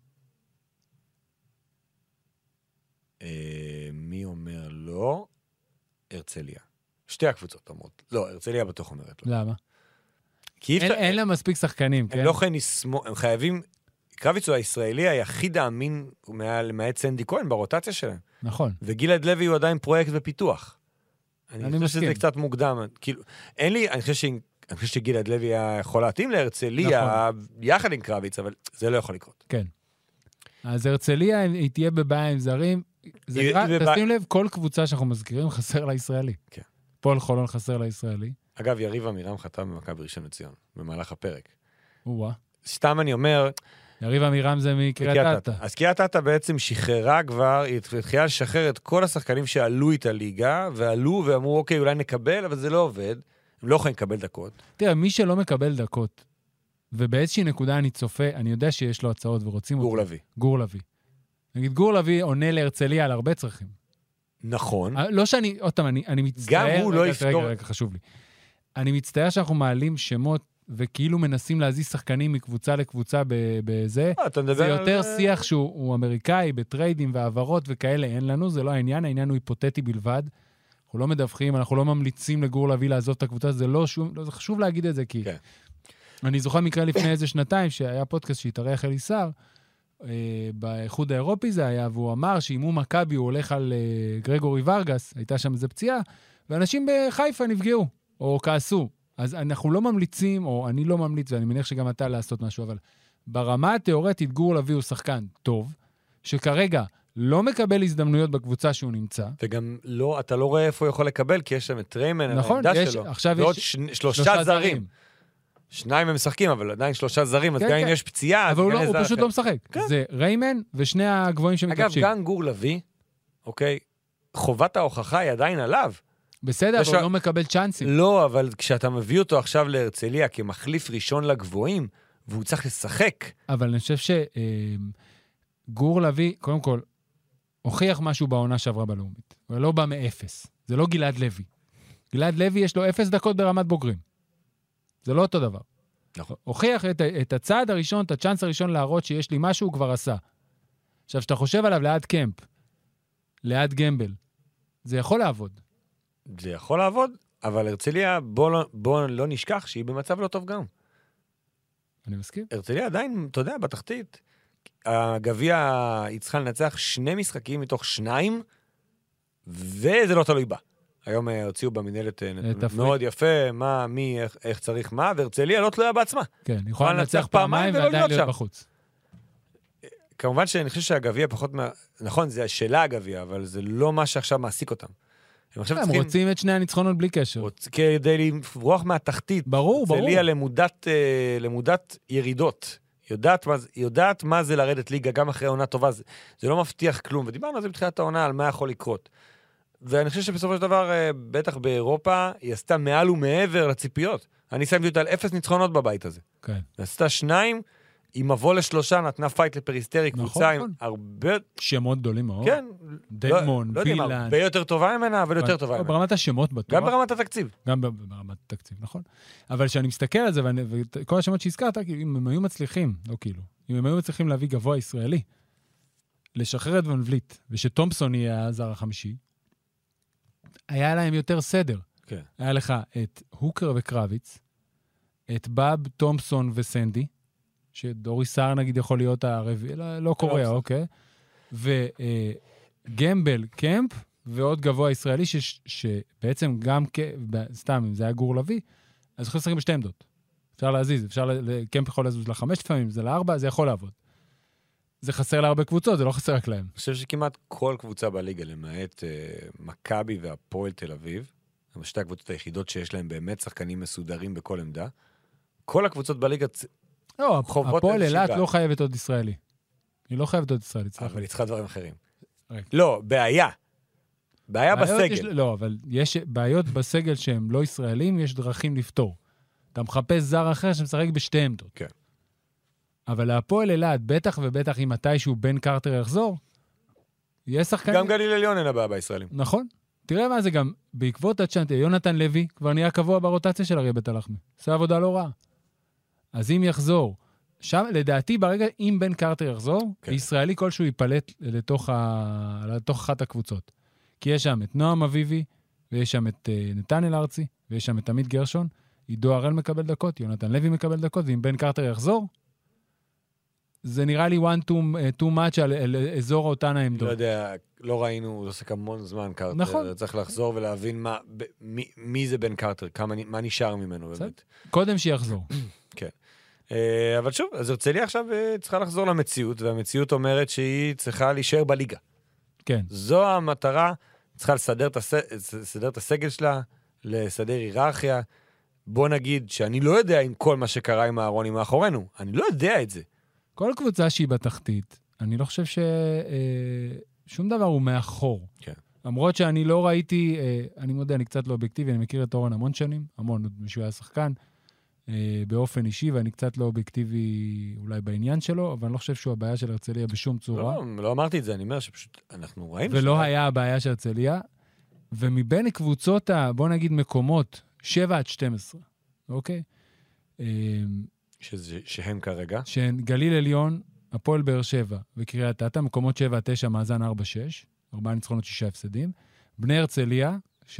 מי אומר לא? הרצליה. שתי הקבוצות אומרות. לא, הרצליה בטוח אומרת לא. למה? כי אין להם מספיק שחקנים, כן? הם לא יכולים לסמוך, הם חייבים... קרביץ הוא הישראלי היחיד האמין למעט סנדי כהן ברוטציה שלהם. נכון. וגלעד לוי הוא עדיין פרויקט בפיתוח. אני חושב שזה קצת מוקדם. כאילו, אין לי, אני חושב שגלעד לוי יכול להתאים להרצליה יחד עם קרביץ, אבל זה לא יכול לקרות. כן. אז הרצליה, היא תהיה בבעיה עם זרים. תשים לב, כל קבוצה שאנחנו מזכירים חסר לישראלי. כן. פועל חולון חסר לישראלי. אגב, יריב אמירם חתם במכבי ראשון לציון, במהלך הפרק. וואה. סתם אני אומר... יריב אמירם זה מקריית אתא. אז קריית אתא בעצם שחררה כבר, היא התחילה לשחרר את כל השחקנים שעלו איתה ליגה, ועלו ואמרו, אוקיי, אולי נקבל, אבל זה לא עובד. הם לא יכולים לקבל דקות. תראה, מי שלא מקבל דקות, ובאיזושהי נקודה אני צופה, אני יודע שיש לו הצעות ורוצים גור לוי. גור לוי. נגיד, גור לוי עונה להרצליה על הרבה צרכים. נכון. לא שאני, עוד פעם, אני מצטער... גם הוא לא יפתור... רגע, חשוב לי. אני מצטער שאנחנו מעלים שמות וכאילו מנסים להזיז שחקנים מקבוצה לקבוצה בזה. זה יותר שיח שהוא אמריקאי, בטריידים והעברות וכאלה, אין לנו, זה לא העניין, העניין הוא היפותטי בלבד. אנחנו לא מדווחים, אנחנו לא ממליצים לגור להביא לעזוב את הקבוצה, זה לא שום, זה חשוב להגיד את זה, כי אני זוכר מקרה לפני איזה שנתיים, שהיה פודקאסט שהתארח אליסר, באיחוד האירופי זה היה, והוא אמר שאם הוא מכבי, הוא הולך על גרגורי ורגס, הייתה שם איזה פציעה, ואנשים בחיפה נפגעו, או כעסו. אז אנחנו לא ממליצים, או אני לא ממליץ, ואני מניח שגם אתה לעשות משהו, אבל ברמה התיאורטית, גור לוי הוא שחקן טוב, שכרגע לא מקבל הזדמנויות בקבוצה שהוא נמצא. וגם לא, אתה לא רואה איפה הוא יכול לקבל, כי יש שם את ריימן, נכון, עכשיו ועוד 3 זרים. 2 הם משחקים, אבל עדיין 3 זרים, אז גם אם יש פציעה... אבל הוא פשוט לא משחק. זה ריימן ושני הגבוהים שמתלבשים. אגב, גם גור לוי, אוקיי, חובת ההוכחה היא עדיין עליו. בסדר, אבל הוא לא מקבל צ'אנסים. לא, אבל כשאתה מביא אותו עכשיו להרצליה כמחליף ראשון לגבוהים, והוא צריך לשחק. אבל אני חושב שגור לוי, קודם כל, הוכיח משהו בעונה שעברה בלאומית. הוא לא בא מאפס. זה לא גלעד לוי. גלעד לוי יש לו 0 דקות ברמת בוגרים. זה לא אותו דבר. נכון. הוכיח את הצעד הראשון, את הצ'אנס הראשון להראות שיש לי משהו, הוא כבר עשה. עכשיו, שאתה חושב עליו ליד קמפ, ליד גמבל, זה יכול לעבוד. זה יכול לעבוד, אבל הרצליה, בוא לא נשכח שהיא במצב לא טוב גם. אני מסכים. הרצליה עדיין, אתה יודע, בתחתית. הגביע היא צריכה לנצח 2 משחקים מתוך 2, וזה לא תלוי בה. היום הוציאו במנהלת מאוד יפה, מה, מי, איך צריך מה, והרצליה לא תלויה בעצמה. כן, יכולה לנצח פעמיים ועדיין להיות בחוץ. כמובן שאני חושב שהגביע פחות נכון, זה השאלה הגביע, אבל זה לא מה שעכשיו מעסיק אותם. הם רוצים את 2 הניצחונות בלי קשר. כדי לברוח מהתחתית. ברור. הרצליה למודת ירידות. יודעת מה זה לרדת ליגה, גם אחרי עונה טובה. זה לא מבטיח כלום. ודיברנו על זה בתחילת העונה, על מה יכול לקרות. ואני חושב שבסופו של דבר, בטח באירופה, היא עשתה מעל ומעבר לציפיות. אני שמתי אותה על 0 ניצחונות בבית הזה. כן. עשתה 2, היא מבוא ל3, נתנה פייט לפריסטרי, קבוצה עם הרבה... שמות גדולים מאוד. כן. דדמון, לא יודעים, הרבה יותר טובה ממנה, אבל יותר טובה ממנה. ברמת השמות בטוח. גם ברמת התקציב. גם ברמת התקציב, נכון. אבל כשאני מסתכל על זה, וכל השמות שהזכרת, אם הם היו מצליחים, לא כאילו, אם הם היו מצליחים להביא גבוה ישראלי, לשחרר את ון וליט, ושתומפסון יהיה הזר החמישי, היה להם יותר סדר. כן. היה לך את הוקר וקרביץ, את בב, תומפסון וסנדי, שדורי סער נגיד יכול להיות הרביעי, לא קורא, אוקיי. וגמבל, קמפ, ועוד גבוה ישראלי, שבעצם גם, סתם, אם זה היה גור לוי, אז יכול לשחק בשתי עמדות. אפשר להזיז, קמפ יכול לזוז ל5 לפעמים, זה ל4, זה יכול לעבוד. זה חסר להרבה קבוצות, זה לא חסר רק להם. אני חושב שכמעט כל קבוצה בליגה, למעט מכבי והפועל תל אביב, הם שתי הקבוצות היחידות שיש להם באמת שחקנים מסודרים בכל עמדה, כל הקבוצות בליגה לא, הפועל אילת לא חייבת עוד ישראלי. היא לא חייבת עוד ישראלי. אבל היא צריכה דברים אחרים. לא, בעיה בסגל. לא, אבל יש בעיות בסגל שהם לא ישראלים, יש דרכים לפתור. אתה מחפש זר אחר שמשחק בשתי עמדות. כן. אבל להפועל אילת, בטח ובטח אם מתישהו בן קרטר יחזור, יהיה שחקנים. גם גליל עליון אין הבעיה בישראלים. נכון. תראה מה זה גם, בעקבות הצ'אנטי, יונתן לוי כבר נהיה קבוע ברוטציה של אריה בית הלחמי. עושה עבודה לא רעה. אז אם יחזור, שם, לדעתי, ברגע, אם בן קרטר יחזור, כן. ישראלי כלשהו ייפלט לתוך אחת הקבוצות. כי יש שם את נועם אביבי, ויש שם את נתנאל ארצי, ויש שם את עמית גרשון, עידו הראל מקבל דקות, יונתן לוי מקבל דקות, ואם בן קרטר יחזור, זה נראה לי one too much על אזור אותן העמדות. לא יודע, לא ראינו, זה עושה כמון זמן קרטר. נכון. צריך לחזור ולהבין מי זה בן קרטר, מה נשאר ממנו באמת. קודם שיחזור. כן. אבל שוב, אז הרצליה עכשיו צריכה לחזור למציאות, והמציאות אומרת שהיא צריכה להישאר בליגה. כן. זו המטרה, צריכה לסדר את הסגל שלה, לסדר היררכיה. בוא נגיד שאני לא יודע עם כל מה שקרה עם הארונים מאחורינו. אני לא יודע את זה. כל קבוצה שהיא בתחתית, אני לא חושב ששום דבר הוא מאחור. כן. למרות שאני לא ראיתי, אני מודה, אני קצת לא אובייקטיבי, אני מכיר את אורן המון שנים, המון, מישהו היה שחקן, באופן אישי, ואני קצת לא אובייקטיבי אולי בעניין שלו, אבל אני לא חושב שהוא הבעיה של הרצליה בשום צורה. לא אמרתי את זה, אני אומר שפשוט אנחנו ראינו... ולא היה הבעיה של הרצליה, ומבין קבוצות, בוא נגיד מקומות, 7 עד 12, אוקיי? שהם כרגע? שהן גליל עליון, הפועל באר שבע וקריית אתא, מקומות 7 עד 9, מאזן 4-6, 4 ניצחונות 6 הפסדים, בני הרצליה, 3-6,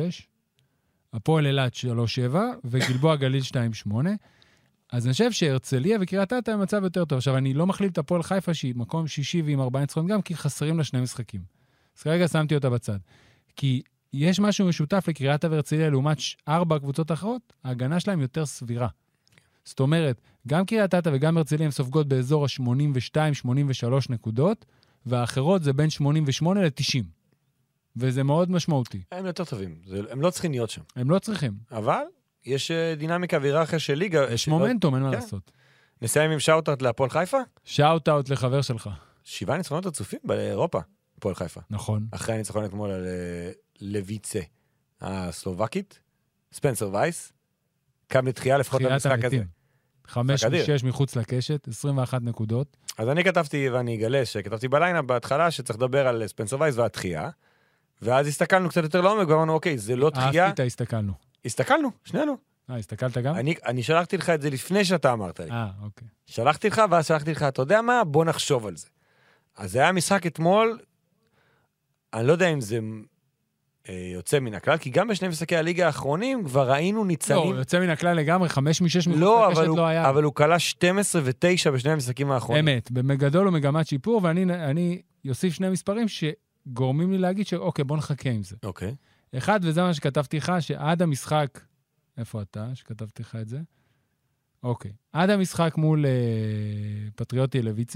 הפועל אילת 3-7, וגלבוע גליל 2-8. אז אני חושב שהרצליה וקריית אתא הם מצב יותר טוב. עכשיו, אני לא מכליל את הפועל חיפה, שהיא מקום 6 ועם 4 ניצחונות גם, כי חסרים לה 2 משחקים. אז כרגע שמתי אותה בצד. כי יש משהו משותף לקריית אתא והרצליה, לעומת 4 קבוצות אחרות, ההגנה שלהם יותר סבירה. זאת אומרת, גם קריית אתא וגם הרצליה הם סופגות באזור ה-82-83 נקודות, והאחרות זה בין 88 ל-90. וזה מאוד משמעותי. הם יותר טובים, הם לא צריכים להיות שם. הם לא צריכים. אבל יש דינמיקה והיררכיה של ליגה. יש מומנטום, אין מה לעשות. נסיים עם שאוט-אוט להפועל חיפה? שאוט-אוט לחבר שלך. 7 ניצחונות רצופים באירופה, הפועל חיפה. נכון. אחרי הניצחון אתמול על לויצה הסלובקית, ספנסר וייס, קם לתחייה לפחות למשחק הזה. 5-6 מחוץ לקשת, 21 נקודות. אז אני כתבתי, ואני אגלה שכתבתי בליינאפ בהתחלה שצריך לדבר על ספנסר וייס והתחייה, ואז הסתכלנו קצת יותר לעומק, ואמרנו, אוקיי, זה לא תחייה. אהבתי, הסתכלנו. הסתכלנו, שנינו. הסתכלת גם? אני שלחתי לך את זה לפני שאתה אמרת לי. אוקיי. שלחתי לך, ואז שלחתי לך, אתה יודע מה? בוא נחשוב על זה. אז זה היה משחק אתמול, אני לא יודע אם זה יוצא מן הכלל, כי גם בשני משחקי הליגה האחרונים כבר ראינו ניצנים. לא, יוצא מן הכלל לגמרי, 5 מ-6 מחוץ לקשת לא היה. אבל הוא קלה 12 ו-9 בשני המשחקים האחרונים. אמת, בגדול הוא מגמת שיפור, ואני יוסיף שני מספרים שגורמים לי להגיד שאוקיי, בוא נחכה עם זה. אוקיי. אחד, וזה מה שכתבתי לך, שעד המשחק, איפה אתה, שכתבתי לך את זה? אוקיי. עד המשחק מול פטריוטי לויצה,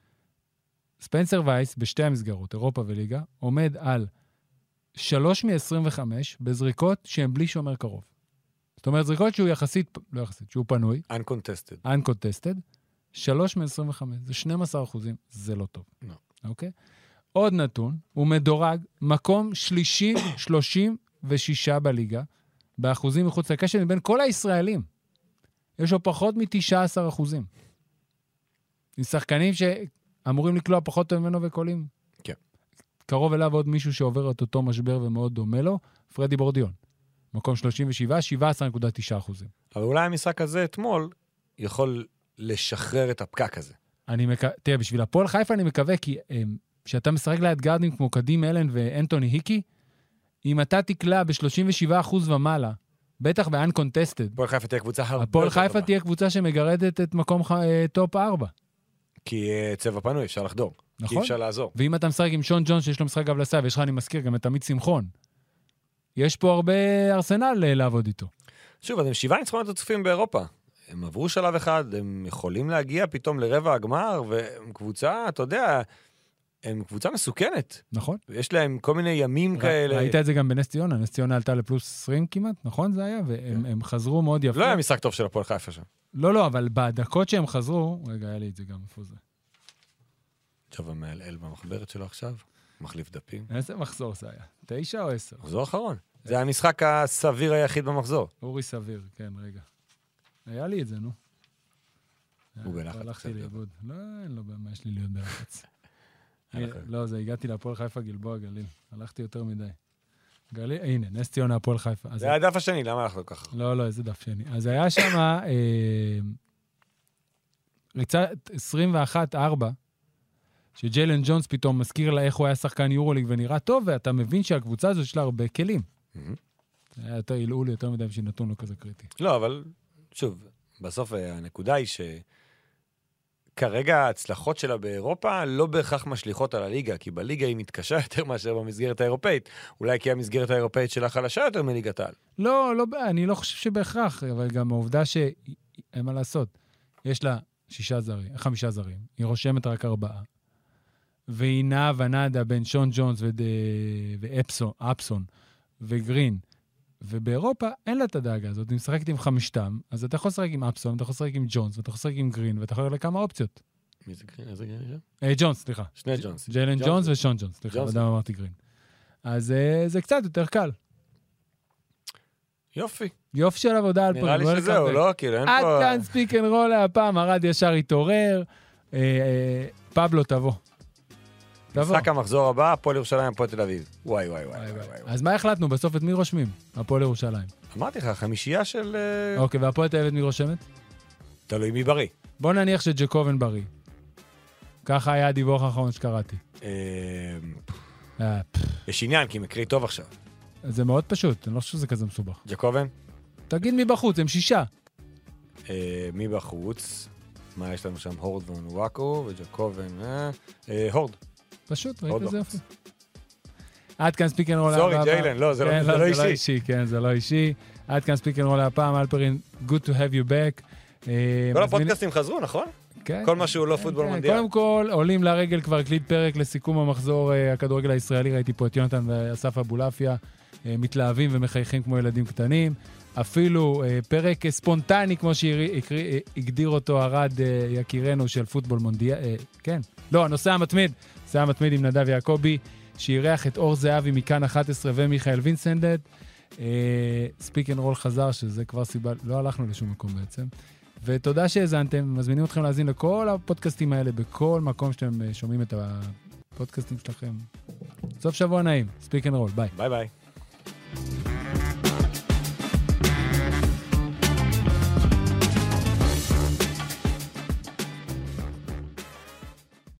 ספנסר וייס, בשתי המסגרות, אירופה וליגה, עומד על 3 מ-25 בזריקות שהן בלי שומר קרוב. זאת אומרת, זריקות שהוא יחסית, לא יחסית, שהוא פנוי. Uncontested. 3 מ-25, זה 12%, זה לא טוב. לא. אוקיי? עוד נתון, הוא מדורג, מקום שלישי, 36 בליגה, באחוזים מחוץ לקשת, מבין כל הישראלים. יש לו פחות מ-19%. עם שחקנים שאמורים לקלוע פחות טוב ממנו וקולים. כן. קרוב אליו עוד מישהו שעובר את אותו משבר ומאוד דומה לו, פרדי בורדיון. מקום 37, 17.9%. אבל אולי המשחק הזה אתמול יכול לשחרר את הפקק הזה. תראה, בשביל הפועל חיפה אני מקווה, כי כשאתה משחק ליד גארדים כמו קדים אלן ואנטוני היקי, אם אתה תקלע ב-37% ומעלה, בטח ב-uncontested, הפועל חיפה תהיה קבוצה הרבה יותר טובה. הפועל חיפה תהיה קבוצה שמגרדת את מקום טופ 4. כי צבע פנוי, אפשר לחדור. נכון. כי אפשר לעזור. ואם אתה משחק עם שון ג'ונס, שיש לו משחק גבלסה, ויש לך, אני מזכיר, גם את עמית שמחון, יש פה הרבה ארסנל לעבוד איתו. שוב, אז הם 7 ניצחונות רצופים באירופה. הם עברו שלב אחד, הם יכולים להגיע פתאום לרבע הגמר, והם קבוצה, אתה יודע, הם קבוצה מסוכנת. נכון. יש להם כל מיני ימים כאלה. ראית את זה גם בנס ציונה, נס ציונה עלתה לפלוס 20 כמעט, נכון זה היה? והם חזרו מאוד יפה. לא היה משחק טוב של הפועל חיפה שם. לא, אבל בדקות שהם חזרו, רגע, היה לי את זה גם, איפה זה? עכשיו המעל במחברת שלו עכשיו, מחליף דפים. איזה מחזור זה היה? 9 או 10? מחזור אחרון. זה היה המשחק הסביר היחיד במחזור. אורי סביר, כן, רגע. היה לי את זה, נו. הוא בלחץ. הלכתי לאיבוד. לא, אין לו מה יש לי להיות בלחץ. לא, זה הגעתי להפועל חיפה גלבוע גליל. הלכתי יותר מדי. גליל, הנה, נס ציונה הפועל חיפה. זה הדף השני, למה הלכנו ככה? לא, איזה דף שני. אז היה שם ריצה 21-4, שג'יילן ג'ונס פתאום מזכיר לה איך הוא היה שחקן יורוליג ונראה טוב, ואתה מבין שהקבוצה הזו יש לה הרבה כלים. זה היה יותר הילאול יותר מדי בשביל נתון לא כזה קריטי. לא, אבל שוב, בסוף הנקודה היא שכרגע ההצלחות שלה באירופה לא בהכרח משליחות על הליגה, כי בליגה היא מתקשה יותר מאשר במסגרת האירופאית. אולי כי המסגרת האירופאית שלה חלשה יותר מליגת העל. לא, אני לא חושב שבהכרח, אבל גם העובדה שאין מה לעשות. יש לה 5 זרים, היא רושמת רק 4. והיא נעה ונדה בין שון ג'ונס ואפסון וגרין, ובאירופה אין לה את הדאגה הזאת, היא משחקת עם 5, אז אתה יכול לשחק עם אפסון, אתה יכול לשחק עם ג'ונס, ואתה יכול לשחק עם גרין, ואתה יכול לכמה אופציות. מי זה גרין? איזה גרין? ג'ונס, סליחה. שני ג'ונס. ג'יילן ג'ונס ושון ג'ונס, סליחה, אדם אמרתי גרין. אז זה קצת יותר קל. יופי. יופי של עבודה על נראה לי שזהו, לא? כאילו אין פה... עד כאן ספיק אנד רול, הפעם הרד ישר התעורר. פבלו, תבוא. משחק המחזור הבא, הפועל ירושלים, הפועל תל אביב. וואי. אז מה החלטנו? בסוף את מי רושמים? הפועל ירושלים. אמרתי לך, 5 של... אוקיי, והפועל תל אביב מי רושמת? תלוי מי בריא. בוא נניח שג'קובן בריא. ככה היה הדיווח האחרון שקראתי. יש עניין, כי מקריא טוב עכשיו. זה מאוד פשוט, אני לא חושב שזה כזה מסובך. ג'קובן? תגיד מי בחוץ, הם 6. מי בחוץ? מה יש לנו שם? הורד ונוואקו, וג'קובן, הורד. פשוט, ראית את זה יופי. עד כאן ספיק אנד רול. סורי, ג'יילן, לא, זה לא אישי. כן, זה לא אישי. עד כאן ספיק אנד רול הפעם, אלפרין, good to have you back. כל הפודקאסטים חזרו, נכון? כן. כל מה שהוא לא פוטבול מונדיאל. קודם כל, עולים לרגל כבר קליט פרק לסיכום המחזור הכדורגל הישראלי. ראיתי פה את יונתן ואסף אבולעפיה, מתלהבים ומחייכים כמו ילדים קטנים. אפילו פרק ספונטני, כמו שהגדיר אותו הרד יקירנו של פוטבול מונדיאל. כן. לא, הנושא המתמיד עם נדב יעקבי, שירח את אור זהבי מכאן 11 ומיכאל וינסנדט. ספיק אנד רול חזר, שזה כבר סיבה, לא הלכנו לשום מקום בעצם. ותודה שהזנתם, מזמינים אתכם להזין לכל הפודקאסטים האלה, בכל מקום שאתם שומעים את הפודקאסטים שלכם. סוף שבוע נעים, ספיק אנד רול, ביי. ביי ביי.